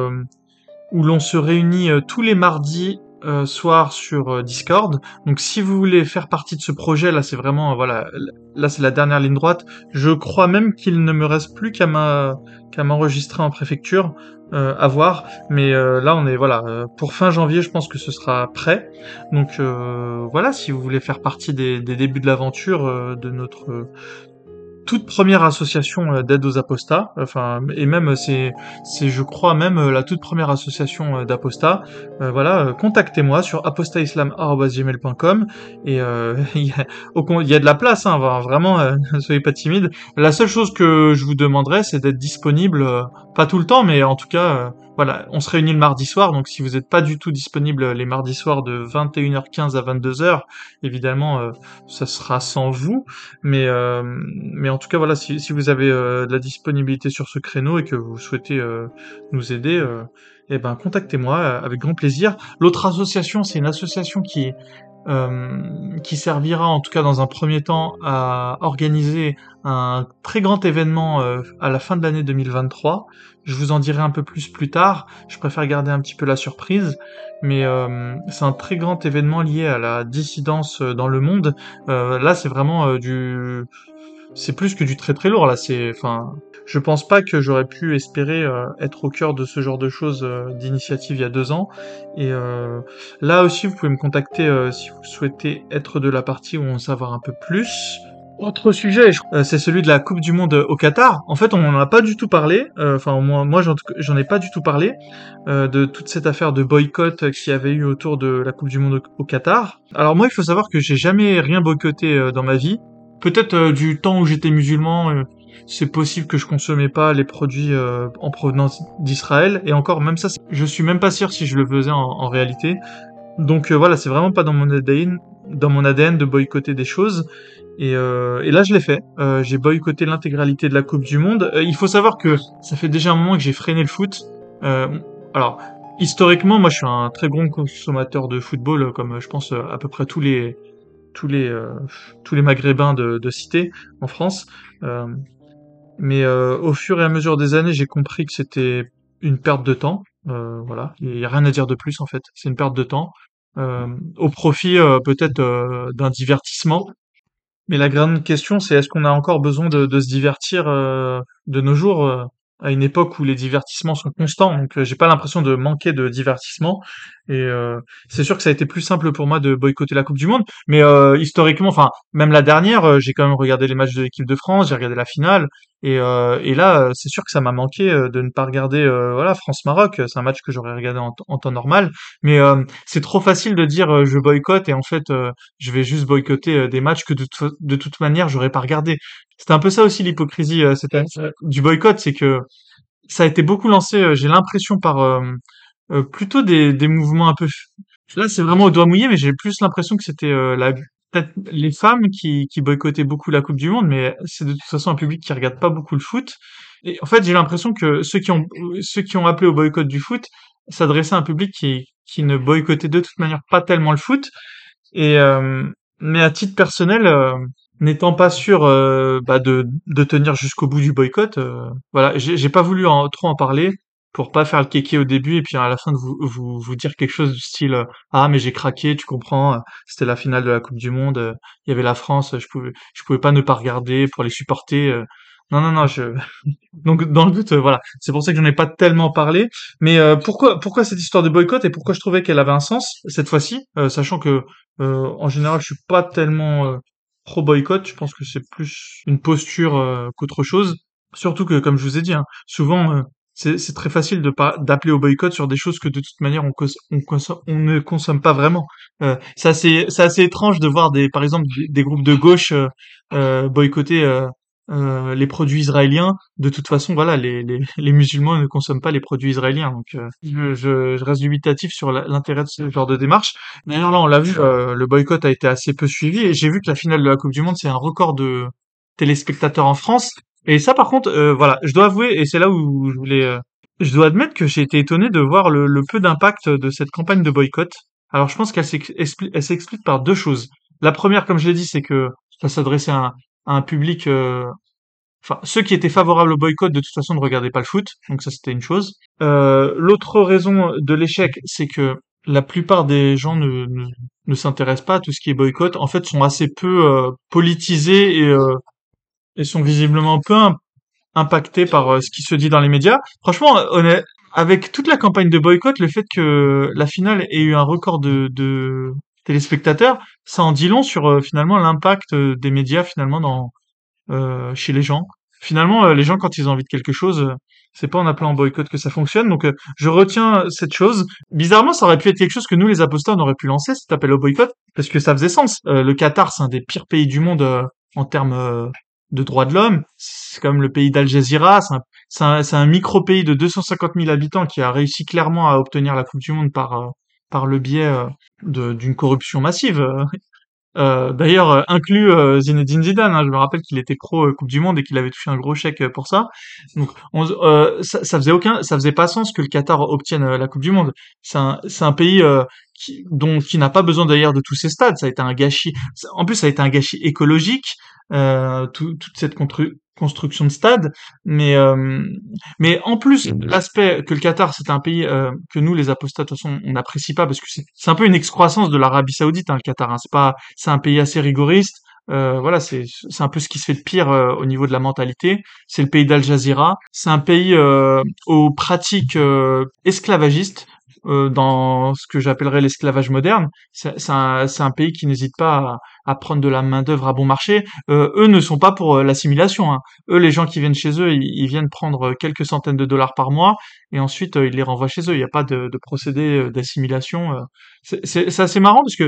où l'on se réunit tous les mardis soirs sur Discord. Donc si vous voulez faire partie de ce projet, là c'est vraiment voilà, là c'est la dernière ligne droite. Je crois même qu'il ne me reste plus qu'à m'enregistrer en préfecture, à voir. Mais là on est voilà, pour fin janvier, je pense que ce sera prêt. Donc voilà, si vous voulez faire partie des débuts de l'aventure de notre toute première association d'aide aux apostats, enfin, et même c'est je crois même la toute première association d'apostats. Voilà, contactez-moi sur apostaislam@gmail.com et il y a de la place, hein, vraiment, ne soyez pas timide. La seule chose que je vous demanderais, c'est d'être disponible, pas tout le temps, mais en tout cas, voilà, on se réunit le mardi soir, donc si vous n'êtes pas du tout disponible les mardis soirs de 21h15 à 22h, évidemment, ça sera sans vous. Mais en tout cas, voilà, si vous avez de la disponibilité sur ce créneau et que vous souhaitez nous aider, eh ben contactez-moi avec grand plaisir. L'autre association, c'est une association qui servira en tout cas dans un premier temps à organiser un très grand événement à la fin de l'année 2023. Je vous en dirai un peu plus tard. Je préfère garder un petit peu la surprise, mais c'est un très grand événement lié à la dissidence dans le monde. Là, c'est vraiment c'est plus que du très très lourd là. Enfin, je pense pas que j'aurais pu espérer être au cœur de ce genre de choses d'initiative il y a 2 ans. Et là aussi, vous pouvez me contacter si vous souhaitez être de la partie ou en savoir un peu plus. Autre sujet, c'est celui de la Coupe du Monde au Qatar. En fait, on n'en a pas du tout parlé. Enfin, moi, j'en ai pas du tout parlé de toute cette affaire de boycott qu'il y avait eu autour de la Coupe du Monde au Qatar. Alors moi, il faut savoir que j'ai jamais rien boycotté dans ma vie. Peut-être du temps où j'étais musulman, c'est possible que je consommais pas les produits en provenance d'Israël. Et encore, même ça, je suis même pas sûr si je le faisais en réalité. Donc voilà, c'est vraiment pas dans mon ADN de boycotter des choses. Et là, je l'ai fait. J'ai boycotté l'intégralité de la Coupe du Monde. Il faut savoir que ça fait déjà un moment que j'ai freiné le foot. Euh, alors, historiquement, moi, je suis un très grand consommateur de football, comme je pense à peu près tous les, euh, tous les Maghrébins de cité en France. Euh, mais au fur et à mesure des années, j'ai compris que c'était une perte de temps. Voilà, il y a rien à dire de plus en fait. C'est une perte de temps au profit peut-être d'un divertissement. Mais la grande question, c'est est-ce qu'on a encore besoin de se divertir de nos jours à une époque où les divertissements sont constants. Donc j'ai pas l'impression de manquer de divertissement. Et c'est sûr que ça a été plus simple pour moi de boycotter la Coupe du Monde. Mais historiquement, enfin même la dernière, j'ai quand même regardé les matchs de l'équipe de France, j'ai regardé la finale. Et là, c'est sûr que ça m'a manqué de ne pas regarder voilà France-Maroc. C'est un match que j'aurais regardé en temps normal. Mais c'est trop facile de dire je boycotte et en fait je vais juste boycotter des matchs que de toute manière j'aurais pas regardé. C'était un peu ça aussi l'hypocrisie du boycott, c'est que ça a été beaucoup lancé, j'ai l'impression par plutôt des mouvements un peu. Là, c'est vraiment au doigt mouillé, mais j'ai plus l'impression que c'était peut-être les femmes qui boycottaient beaucoup la Coupe du Monde, mais c'est de toute façon un public qui regarde pas beaucoup le foot. Et en fait, j'ai l'impression que ceux qui ont appelé au boycott du foot s'adressaient à un public qui ne boycottait de toute manière pas tellement le foot. Et mais à titre personnel, n'étant pas sûr bah, de tenir jusqu'au bout du boycott, voilà, j'ai pas voulu trop en parler pour pas faire le kéké au début et puis à la fin de vous dire quelque chose du style ah mais j'ai craqué, tu comprends, c'était la finale de la Coupe du Monde, il y avait la France, je pouvais pas ne pas regarder pour les supporter. Non non non, donc dans le doute, voilà, c'est pour ça que j'en ai pas tellement parlé. Mais pourquoi cette histoire de boycott et pourquoi je trouvais qu'elle avait un sens cette fois-ci, sachant que en général je suis pas tellement pro boycott, je pense que c'est plus une posture qu'autre chose. Surtout que comme je vous ai dit, hein, souvent c'est très facile de pas d'appeler au boycott sur des choses que de toute manière on ne consomme pas vraiment. C'est assez étrange de voir par exemple des groupes de gauche boycotter les produits israéliens. De toute façon, voilà, les musulmans ne consomment pas les produits israéliens. Donc, je reste dubitatif sur l'intérêt de ce genre de démarche. D'ailleurs, là, on l'a vu, le boycott a été assez peu suivi. Et j'ai vu que la finale de la Coupe du Monde, c'est un record de téléspectateurs en France. Et ça, par contre, voilà, je dois avouer, et c'est là où je dois admettre que j'ai été étonné de voir le peu d'impact de cette campagne de boycott. Alors, je pense elle s'explique par deux choses. La première, comme je l'ai dit, c'est que ça s'adressait à un public enfin, ceux qui étaient favorables au boycott, de toute façon, ne regardaient pas le foot, donc ça c'était une chose. L'autre raison de l'échec, c'est que la plupart des gens ne s'intéressent pas à tout ce qui est boycott. En fait, sont assez peu politisés et sont visiblement peu impactés par ce qui se dit dans les médias. Franchement, avec toute la campagne de boycott, le fait que la finale ait eu un record de téléspectateurs, ça en dit long sur finalement l'impact des médias finalement chez les gens. Finalement, les gens, quand ils ont envie de quelque chose, c'est pas en appelant en boycott que ça fonctionne. Donc, je retiens cette chose. Bizarrement, ça aurait pu être quelque chose que nous, les imposteurs, on aurait pu lancer, cet appel au boycott, parce que ça faisait sens. Le Qatar, c'est un des pires pays du monde en termes de droits de l'homme. C'est comme le pays d'Al Jazeera. C'est un micro-pays de 250 000 habitants qui a réussi clairement à obtenir la Coupe du Monde par le biais d'une corruption massive. D'ailleurs, inclus Zinedine Zidane, hein. Je me rappelle qu'il était pro Coupe du Monde et qu'il avait touché un gros chèque pour ça. Donc, ça faisait pas sens que le Qatar obtienne la Coupe du Monde. C'est un pays qui n'a pas besoin d'ailleurs de tous ces stades. Ça a été un gâchis. En plus, ça a été un gâchis écologique, toute cette construction de stades. Mais mais en plus, l'aspect que le Qatar, c'est un pays que nous, les apostats, de toute façon, on n'apprécie pas parce que c'est un peu une excroissance de l'Arabie Saoudite, hein, le Qatar. Hein. C'est un pays assez rigoriste. Voilà, c'est un peu ce qui se fait de pire au niveau de la mentalité. C'est le pays d'Al Jazeera. C'est un pays aux pratiques esclavagistes. Dans ce que j'appellerais l'esclavage moderne, c'est un pays qui n'hésite pas à prendre de la main d'œuvre à bon marché. Eux ne sont pas pour l'assimilation. Hein. Eux, les gens qui viennent chez eux, ils viennent prendre quelques centaines de dollars par mois et ensuite ils les renvoient chez eux. Il n'y a pas de procédé d'assimilation. C'est assez marrant parce que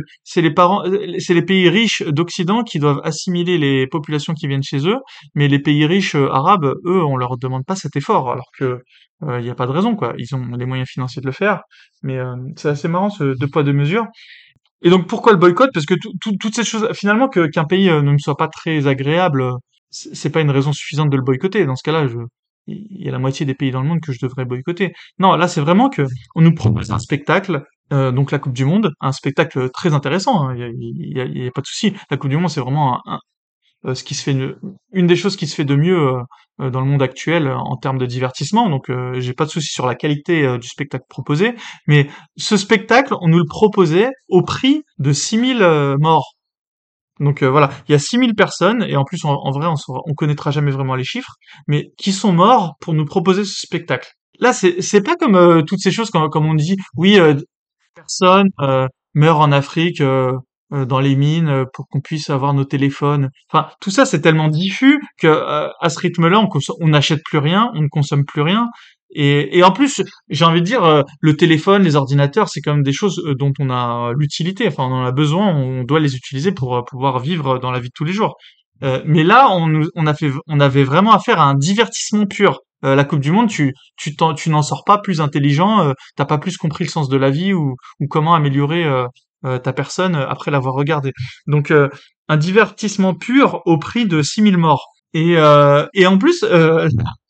c'est les pays riches d'Occident qui doivent assimiler les populations qui viennent chez eux, mais les pays riches arabes, eux, on leur demande pas cet effort, alors que il n'y a pas de raison quoi. Ils ont les moyens financiers de le faire, mais c'est assez marrant ce deux poids deux mesures. Et donc pourquoi le boycott? Parce que toutes ces choses, finalement, qu'un pays ne me soit pas très agréable, c'est pas une raison suffisante de le boycotter. Dans ce cas-là, il y a la moitié des pays dans le monde que je devrais boycotter. Non, là c'est vraiment que on nous propose un spectacle, donc la Coupe du Monde, un spectacle très intéressant. Hein, il y a pas de souci. La Coupe du Monde, c'est vraiment ce qui se fait une des choses qui se fait de mieux dans le monde actuel en termes de divertissement. Donc j'ai pas de souci sur la qualité du spectacle proposé, mais ce spectacle, on nous le proposait au prix de 6000 morts. Donc voilà, il y a 6000 personnes et en plus en vrai on connaîtra jamais vraiment les chiffres, mais qui sont morts pour nous proposer ce spectacle. Là c'est pas comme toutes ces choses comme on dit oui personnes meurent en Afrique dans les mines pour qu'on puisse avoir nos téléphones. Enfin, tout ça c'est tellement diffus que à ce rythme-là, on n'achète plus rien, on ne consomme plus rien. Et en plus, j'ai envie de dire, le téléphone, les ordinateurs, c'est quand même des choses dont on a l'utilité. Enfin, on en a besoin, on doit les utiliser pour pouvoir vivre dans la vie de tous les jours. Mais là, on avait vraiment affaire à un divertissement pur. La Coupe du Monde, tu n'en sors pas plus intelligent, t'as pas plus compris le sens de la vie ou comment améliorer ta personne après l'avoir regardé. Donc un divertissement pur au prix de 6000 morts. Et en plus,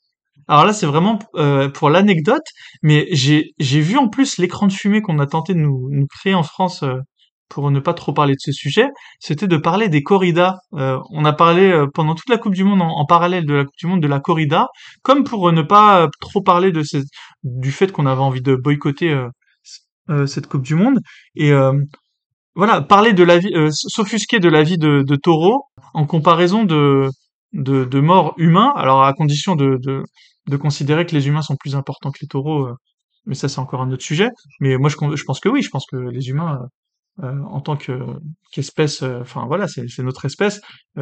Alors là, c'est vraiment pour l'anecdote, mais j'ai vu en plus l'écran de fumée qu'on a tenté de nous créer en France pour ne pas trop parler de ce sujet, c'était de parler des corridas. On a parlé pendant toute la Coupe du Monde en parallèle de la Coupe du Monde de la corrida, comme pour ne pas trop parler du fait qu'on avait envie de boycotter cette Coupe du Monde. Et voilà, parler de la vie, s'offusquer de la vie de taureaux en comparaison de morts humains, alors à condition de considérer que les humains sont plus importants que les taureaux, mais ça c'est encore un autre sujet. Mais moi je pense que oui, je pense que les humains, en tant qu'espèce, enfin voilà, c'est notre espèce,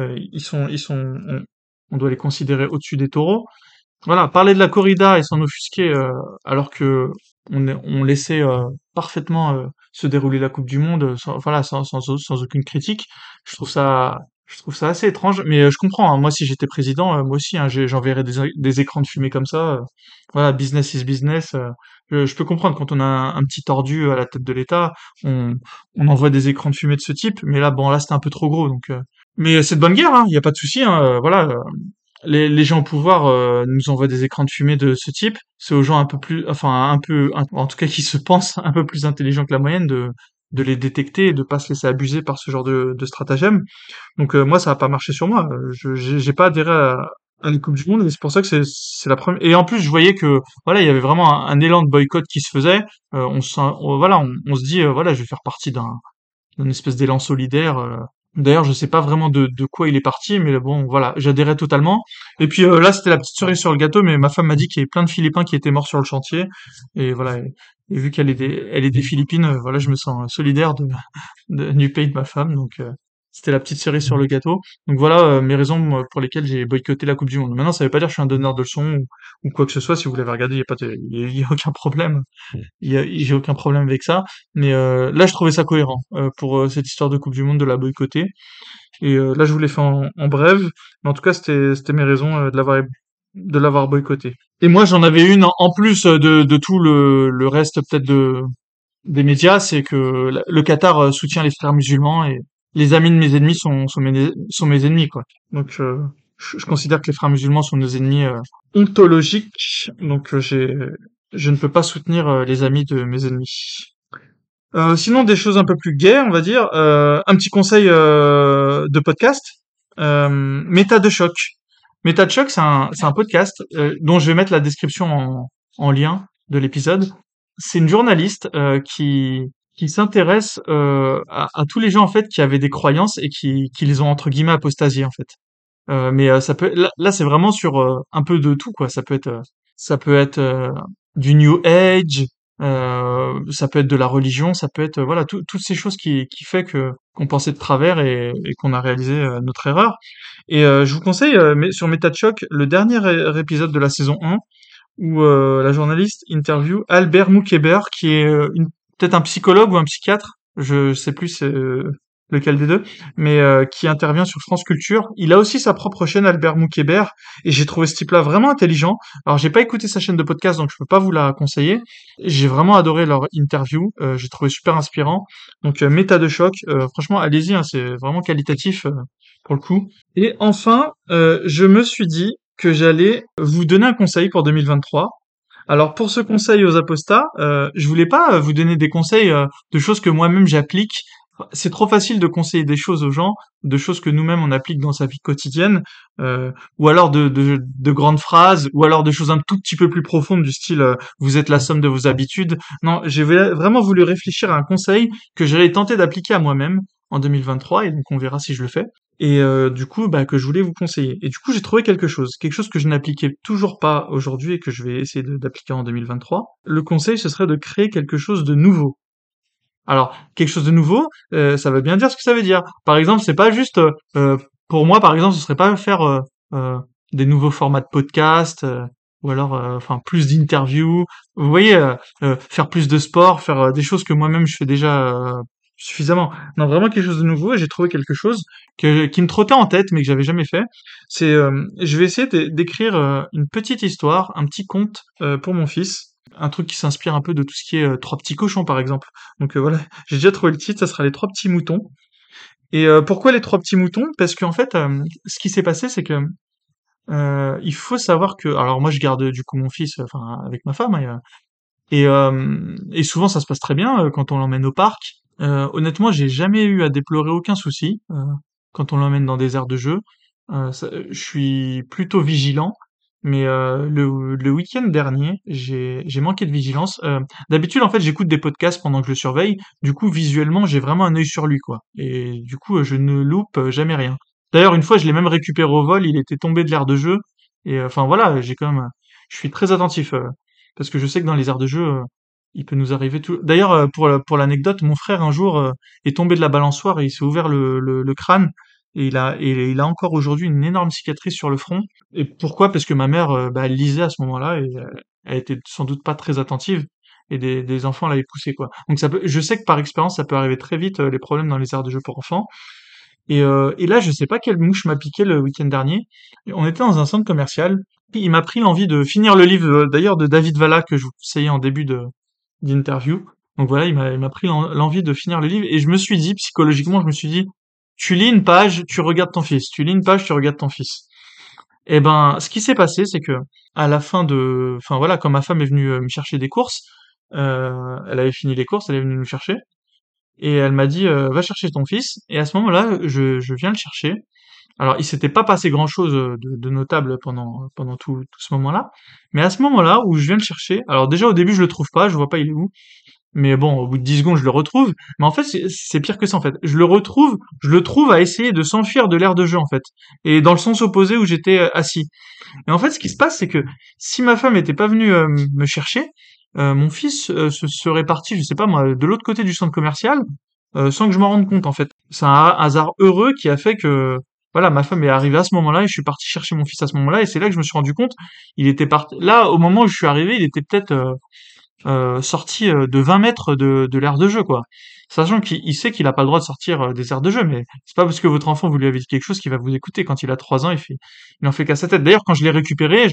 on doit les considérer au-dessus des taureaux. Voilà, parler de la corrida et s'en offusquer alors que on laissait parfaitement se dérouler la Coupe du Monde voilà sans aucune critique. Je trouve ça assez étrange, mais je comprends. Hein. Moi, si j'étais président, moi aussi, hein, j'enverrais des écrans de fumée comme ça. Voilà, business is business. Je peux comprendre quand on a un petit tordu à la tête de l'État, on, on envoie des écrans de fumée de ce type. Mais là, bon, là, c'était un peu trop gros, donc. Mais c'est de bonne guerre, hein. Il y a pas de souci. Hein, voilà, les gens au pouvoir nous envoient des écrans de fumée de ce type. C'est aux gens un peu plus, enfin en tout cas qui se pensent un peu plus intelligents que la moyenne de les détecter et de pas se laisser abuser par ce genre de stratagème. Donc moi ça a pas marché sur moi. J'ai pas adhéré à une Coupe du Monde et c'est pour ça que c'est la première. Et en plus je voyais que voilà il y avait vraiment un élan de boycott qui se faisait. Voilà on se dit voilà je vais faire partie d'un espèce d'élan solidaire. D'ailleurs, je sais pas vraiment de quoi il est parti, mais bon, voilà, j'adhérais totalement. Et puis là, c'était la petite cerise sur le gâteau, mais ma femme m'a dit qu'il y avait plein de Philippins qui étaient morts sur le chantier. Et voilà, et vu elle est des Philippines, voilà, je me sens solidaire du pays de ma femme. Donc, c'était la petite cerise sur le gâteau. Donc voilà mes raisons moi, pour lesquelles j'ai boycotté la Coupe du Monde. Maintenant, ça veut pas dire que je suis un donneur de leçons ou quoi que ce soit. Si vous l'avez regardé, il y a aucun problème. J'ai aucun problème avec ça. Mais là, je trouvais ça cohérent pour cette histoire de Coupe du Monde de la boycotter. Et là, je vous l'ai fait en brève. Mais en tout cas, c'était mes raisons de l'avoir boycotté. Et moi, j'en avais une en plus de tout le reste peut-être des médias, c'est que le Qatar soutient les frères musulmans et les amis de mes ennemis sont mes ennemis, quoi. Donc, je considère que les frères musulmans sont nos ennemis ontologiques. Donc, je ne peux pas soutenir les amis de mes ennemis. Sinon, des choses un peu plus gaies, on va dire. Un petit conseil de podcast. Méta de choc. Méta de choc, c'est un podcast dont je vais mettre la description en lien de l'épisode. C'est une journaliste qui s'intéresse à tous les gens en fait qui avaient des croyances et qui les ont entre guillemets apostasiés en fait. Mais ça peut là c'est vraiment sur un peu de tout quoi. Ça peut être du New Age, ça peut être de la religion, ça peut être voilà toutes ces choses qui fait que qu'on pensait de travers et qu'on a réalisé notre erreur. Et je vous conseille sur MetaChoc le dernier épisode de la saison 1 où la journaliste interview Albert Moukébert qui est peut-être un psychologue ou un psychiatre, je sais plus lequel des deux, mais qui intervient sur France Culture. Il a aussi sa propre chaîne Albert Moukébert et j'ai trouvé ce type-là vraiment intelligent. Alors j'ai pas écouté sa chaîne de podcast donc je peux pas vous la conseiller. J'ai vraiment adoré leur interview, j'ai trouvé super inspirant. Donc méta de choc, franchement allez-y, hein, c'est vraiment qualitatif pour le coup. Et enfin, je me suis dit que j'allais vous donner un conseil pour 2023. Alors pour ce conseil aux apostats, je voulais pas vous donner des conseils de choses que moi-même j'applique. C'est trop facile de conseiller des choses aux gens, de choses que nous-mêmes on applique dans sa vie quotidienne, ou alors de grandes phrases, ou alors de choses un tout petit peu plus profondes du style vous êtes la somme de vos habitudes. Non, j'ai vraiment voulu réfléchir à un conseil que j'allais tenter d'appliquer à moi-même en 2023, et donc on verra si je le fais et du coup bah que je voulais vous conseiller. Et du coup, j'ai trouvé quelque chose que je n'appliquais toujours pas aujourd'hui et que je vais essayer d'appliquer en 2023. Le conseil, ce serait de créer quelque chose de nouveau. Alors, quelque chose de nouveau, ça veut bien dire ce que ça veut dire. Par exemple, c'est pas juste pour moi, par exemple, ce serait pas faire euh, des nouveaux formats de podcast ou alors enfin plus d'interviews. Vous voyez, faire plus de sport, faire des choses que moi-même je fais déjà suffisamment. Non, vraiment quelque chose de nouveau. Et j'ai trouvé quelque chose qui me trottait en tête, mais que j'avais jamais fait. C'est, je vais essayer d'écrire une petite histoire, un petit conte pour mon fils. Un truc qui s'inspire un peu de tout ce qui est Trois petits cochons, par exemple. Donc voilà, j'ai déjà trouvé le titre, ça sera Les Trois petits moutons. Et pourquoi les trois petits moutons? Parce qu'en fait, ce qui s'est passé, c'est que Il faut savoir que, alors moi je garde du coup mon fils, enfin avec ma femme, hein, et souvent ça se passe très bien quand on l'emmène au parc. Honnêtement, j'ai jamais eu à déplorer aucun souci quand on l'emmène dans des aires de jeu. Je suis plutôt vigilant, mais le week-end dernier, j'ai manqué de vigilance. D'habitude, en fait, j'écoute des podcasts pendant que je le surveille. Du coup, visuellement, j'ai vraiment un œil sur lui, quoi. Et du coup, je ne loupe jamais rien. D'ailleurs, une fois, je l'ai même récupéré au vol. Il était tombé de l'aire de jeu. Et enfin voilà, j'ai quand même, je suis très attentif parce que je sais que dans les aires de jeu, il peut nous arriver tout. D'ailleurs, pour l'anecdote, mon frère un jour est tombé de la balançoire et il s'est ouvert le crâne et il a encore aujourd'hui une énorme cicatrice sur le front. Et pourquoi? Parce que ma mère, bah, elle lisait à ce moment-là et elle était sans doute pas très attentive et des enfants l'avaient poussé quoi. Donc ça peut, je sais que par expérience ça peut arriver très vite les problèmes dans les aires de jeu pour enfants. Et là, je sais pas quelle mouche m'a piqué le week-end dernier. On était dans un centre commercial. Il m'a pris l'envie de finir le livre, d'ailleurs, de David Valla, que je vous conseillais en début d'interview. Donc voilà, il m'a pris l'envie de finir le livre. Et je me suis dit, psychologiquement, je me suis dit, tu lis une page, tu regardes ton fils. Tu lis une page, tu regardes ton fils. Et ben, ce qui s'est passé, c'est que, à la fin enfin voilà, quand ma femme est venue me chercher des courses, elle avait fini les courses, elle est venue nous chercher. Et elle m'a dit, va chercher ton fils. Et à ce moment-là, je viens le chercher. Alors, il s'était pas passé grand-chose de notable pendant tout ce moment-là. Mais à ce moment-là, où je viens le chercher, alors déjà au début je le trouve pas, je vois pas il est où. Mais bon, au bout de 10 secondes je le retrouve. Mais en fait, c'est pire que ça en fait. Je le trouve à essayer de s'enfuir de l'aire de jeu en fait. Et dans le sens opposé où j'étais assis. Et en fait, ce qui se passe, c'est que si ma femme était pas venue me chercher, mon fils se serait parti, je sais pas moi, de l'autre côté du centre commercial, sans que je m'en rende compte en fait. C'est un hasard heureux qui a fait que voilà, ma femme est arrivée à ce moment-là et je suis parti chercher mon fils à ce moment-là et c'est là que je me suis rendu compte, il était parti. Là, au moment où je suis arrivé, il était peut-être sorti de 20 mètres de l'aire de jeu quoi. Sachant qu'il sait qu'il a pas le droit de sortir des aires de jeu, mais c'est pas parce que votre enfant vous lui avez dit quelque chose qu'il va vous écouter. Quand il a 3 ans, il en fait qu'à sa tête. D'ailleurs, quand je l'ai récupéré,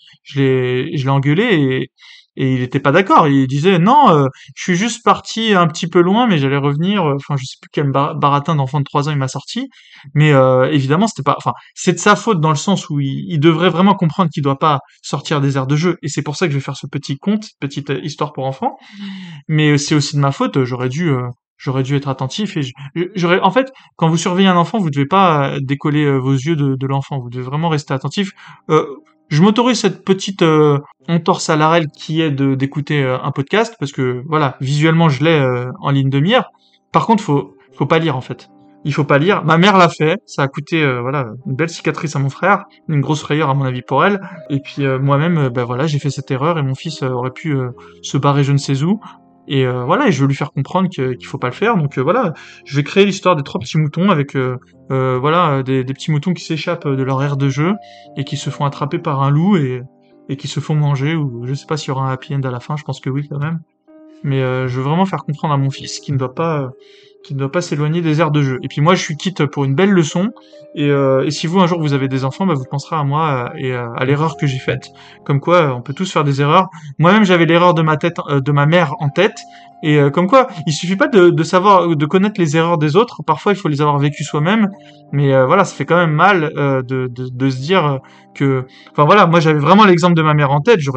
je l'ai engueulé et il était pas d'accord. Il disait non, je suis juste parti un petit peu loin, mais j'allais revenir. Enfin, je sais plus quel baratin d'enfant de 3 ans il m'a sorti, mais évidemment c'était pas. Enfin, c'est de sa faute dans le sens où il devrait vraiment comprendre qu'il doit pas sortir des aires de jeu. Et c'est pour ça que je vais faire ce petit conte, petite histoire pour enfants. Mais c'est aussi de ma faute. J'aurais dû être attentif et j'aurais. En fait, quand vous surveillez un enfant, vous devez pas décoller vos yeux de l'enfant. Vous devez vraiment rester attentif. Euh, je m'autorise cette petite entorse à l'arelle qui est de d'écouter un podcast parce que voilà, visuellement je l'ai en ligne de mire. Par contre, faut pas lire en fait. Il faut pas lire. Ma mère l'a fait. Ça a coûté voilà une belle cicatrice à mon frère, une grosse frayeur à mon avis pour elle. Et puis moi-même, ben voilà, j'ai fait cette erreur et mon fils aurait pu se barrer je ne sais où. Et voilà, et je veux lui faire comprendre qu'il faut pas le faire. Donc voilà, je vais créer l'histoire des 3 petits moutons avec voilà des petits moutons qui s'échappent de leur aire de jeu et qui se font attraper par un loup et qui se font manger. Ou je sais pas s'il y aura un happy end à la fin. Je pense que oui quand même. Mais je veux vraiment faire comprendre à mon fils qu'il ne doit pas s'éloigner des aires de jeu. Et puis moi, je suis quitte pour une belle leçon. Et si vous un jour vous avez des enfants, bah, vous penserez à moi et à l'erreur que j'ai faite. Comme quoi, on peut tous faire des erreurs. Moi-même, j'avais l'erreur de ma mère en tête. Et comme quoi, il suffit pas de savoir, de connaître les erreurs des autres. Parfois, il faut les avoir vécues soi-même. Mais voilà, ça fait quand même mal de se dire que. Enfin voilà, moi j'avais vraiment l'exemple de ma mère en tête.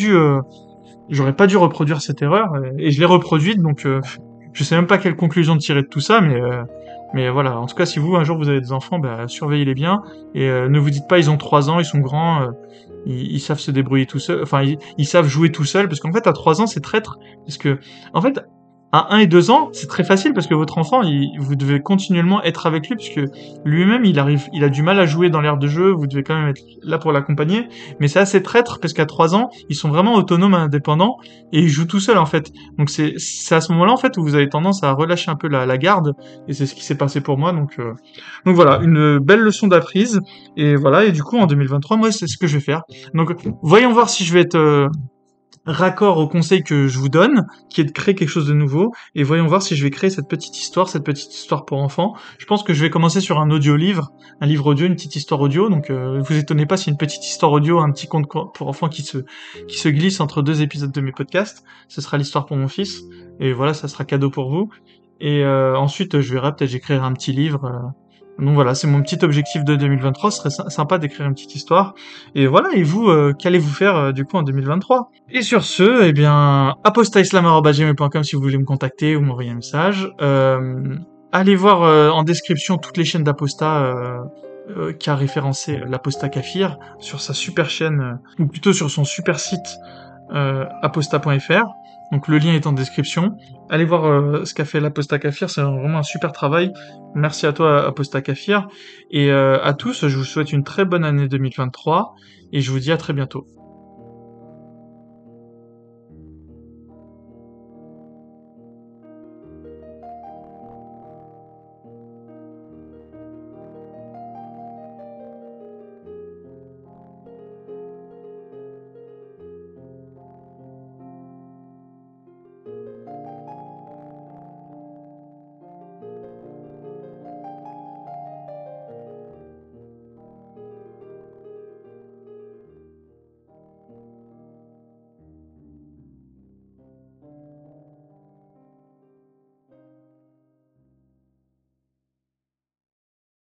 J'aurais pas dû reproduire cette erreur et je l'ai reproduite donc je sais même pas quelle conclusion tirer de tout ça mais voilà, en tout cas si vous un jour vous avez des enfants bah, surveillez-les bien et ne vous dites pas ils ont 3 ans, ils sont grands ils savent se débrouiller tout seuls, enfin ils savent jouer tout seuls parce qu'en fait à 3 ans c'est traître parce que en fait à 1 et 2 ans, c'est très facile parce que votre enfant, vous devez continuellement être avec lui puisque lui-même, il a du mal à jouer dans l'aire de jeu, vous devez quand même être là pour l'accompagner. Mais c'est assez traître parce qu'à 3 ans, ils sont vraiment autonomes, indépendants et ils jouent tout seuls en fait. Donc c'est à ce moment-là en fait où vous avez tendance à relâcher un peu la garde et c'est ce qui s'est passé pour moi. Donc voilà, une belle leçon d'apprise et voilà et du coup en 2023, moi c'est ce que je vais faire. Donc voyons voir si je vais être raccord au conseil que je vous donne, qui est de créer quelque chose de nouveau, et voyons voir si je vais créer cette petite histoire pour enfants. Je pense que je vais commencer sur un audio-livre, un livre audio, une petite histoire audio, donc vous étonnez pas si une petite histoire audio, un petit conte pour enfants qui se glisse entre 2 épisodes de mes podcasts, ce sera l'histoire pour mon fils, et voilà, ça sera cadeau pour vous. Et ensuite, je verrai, peut-être j'écrirai un petit livre Donc voilà, c'est mon petit objectif de 2023, ce serait sympa d'écrire une petite histoire. Et voilà, et vous, qu'allez-vous faire du coup en 2023? Et sur ce, eh bien, apostaislam@gmail.com si vous voulez me contacter ou m'envoyer un message. Allez voir en description toutes les chaînes d'Aposta qui a référencé l'Aposta Kafir sur sa super chaîne, ou plutôt sur son super site aposta.fr. Donc le lien est en description. Allez voir ce qu'a fait l'Aposta Kafir, c'est vraiment un super travail. Merci à toi Aposta Kafir. Et à tous, je vous souhaite une très bonne année 2023 et je vous dis à très bientôt.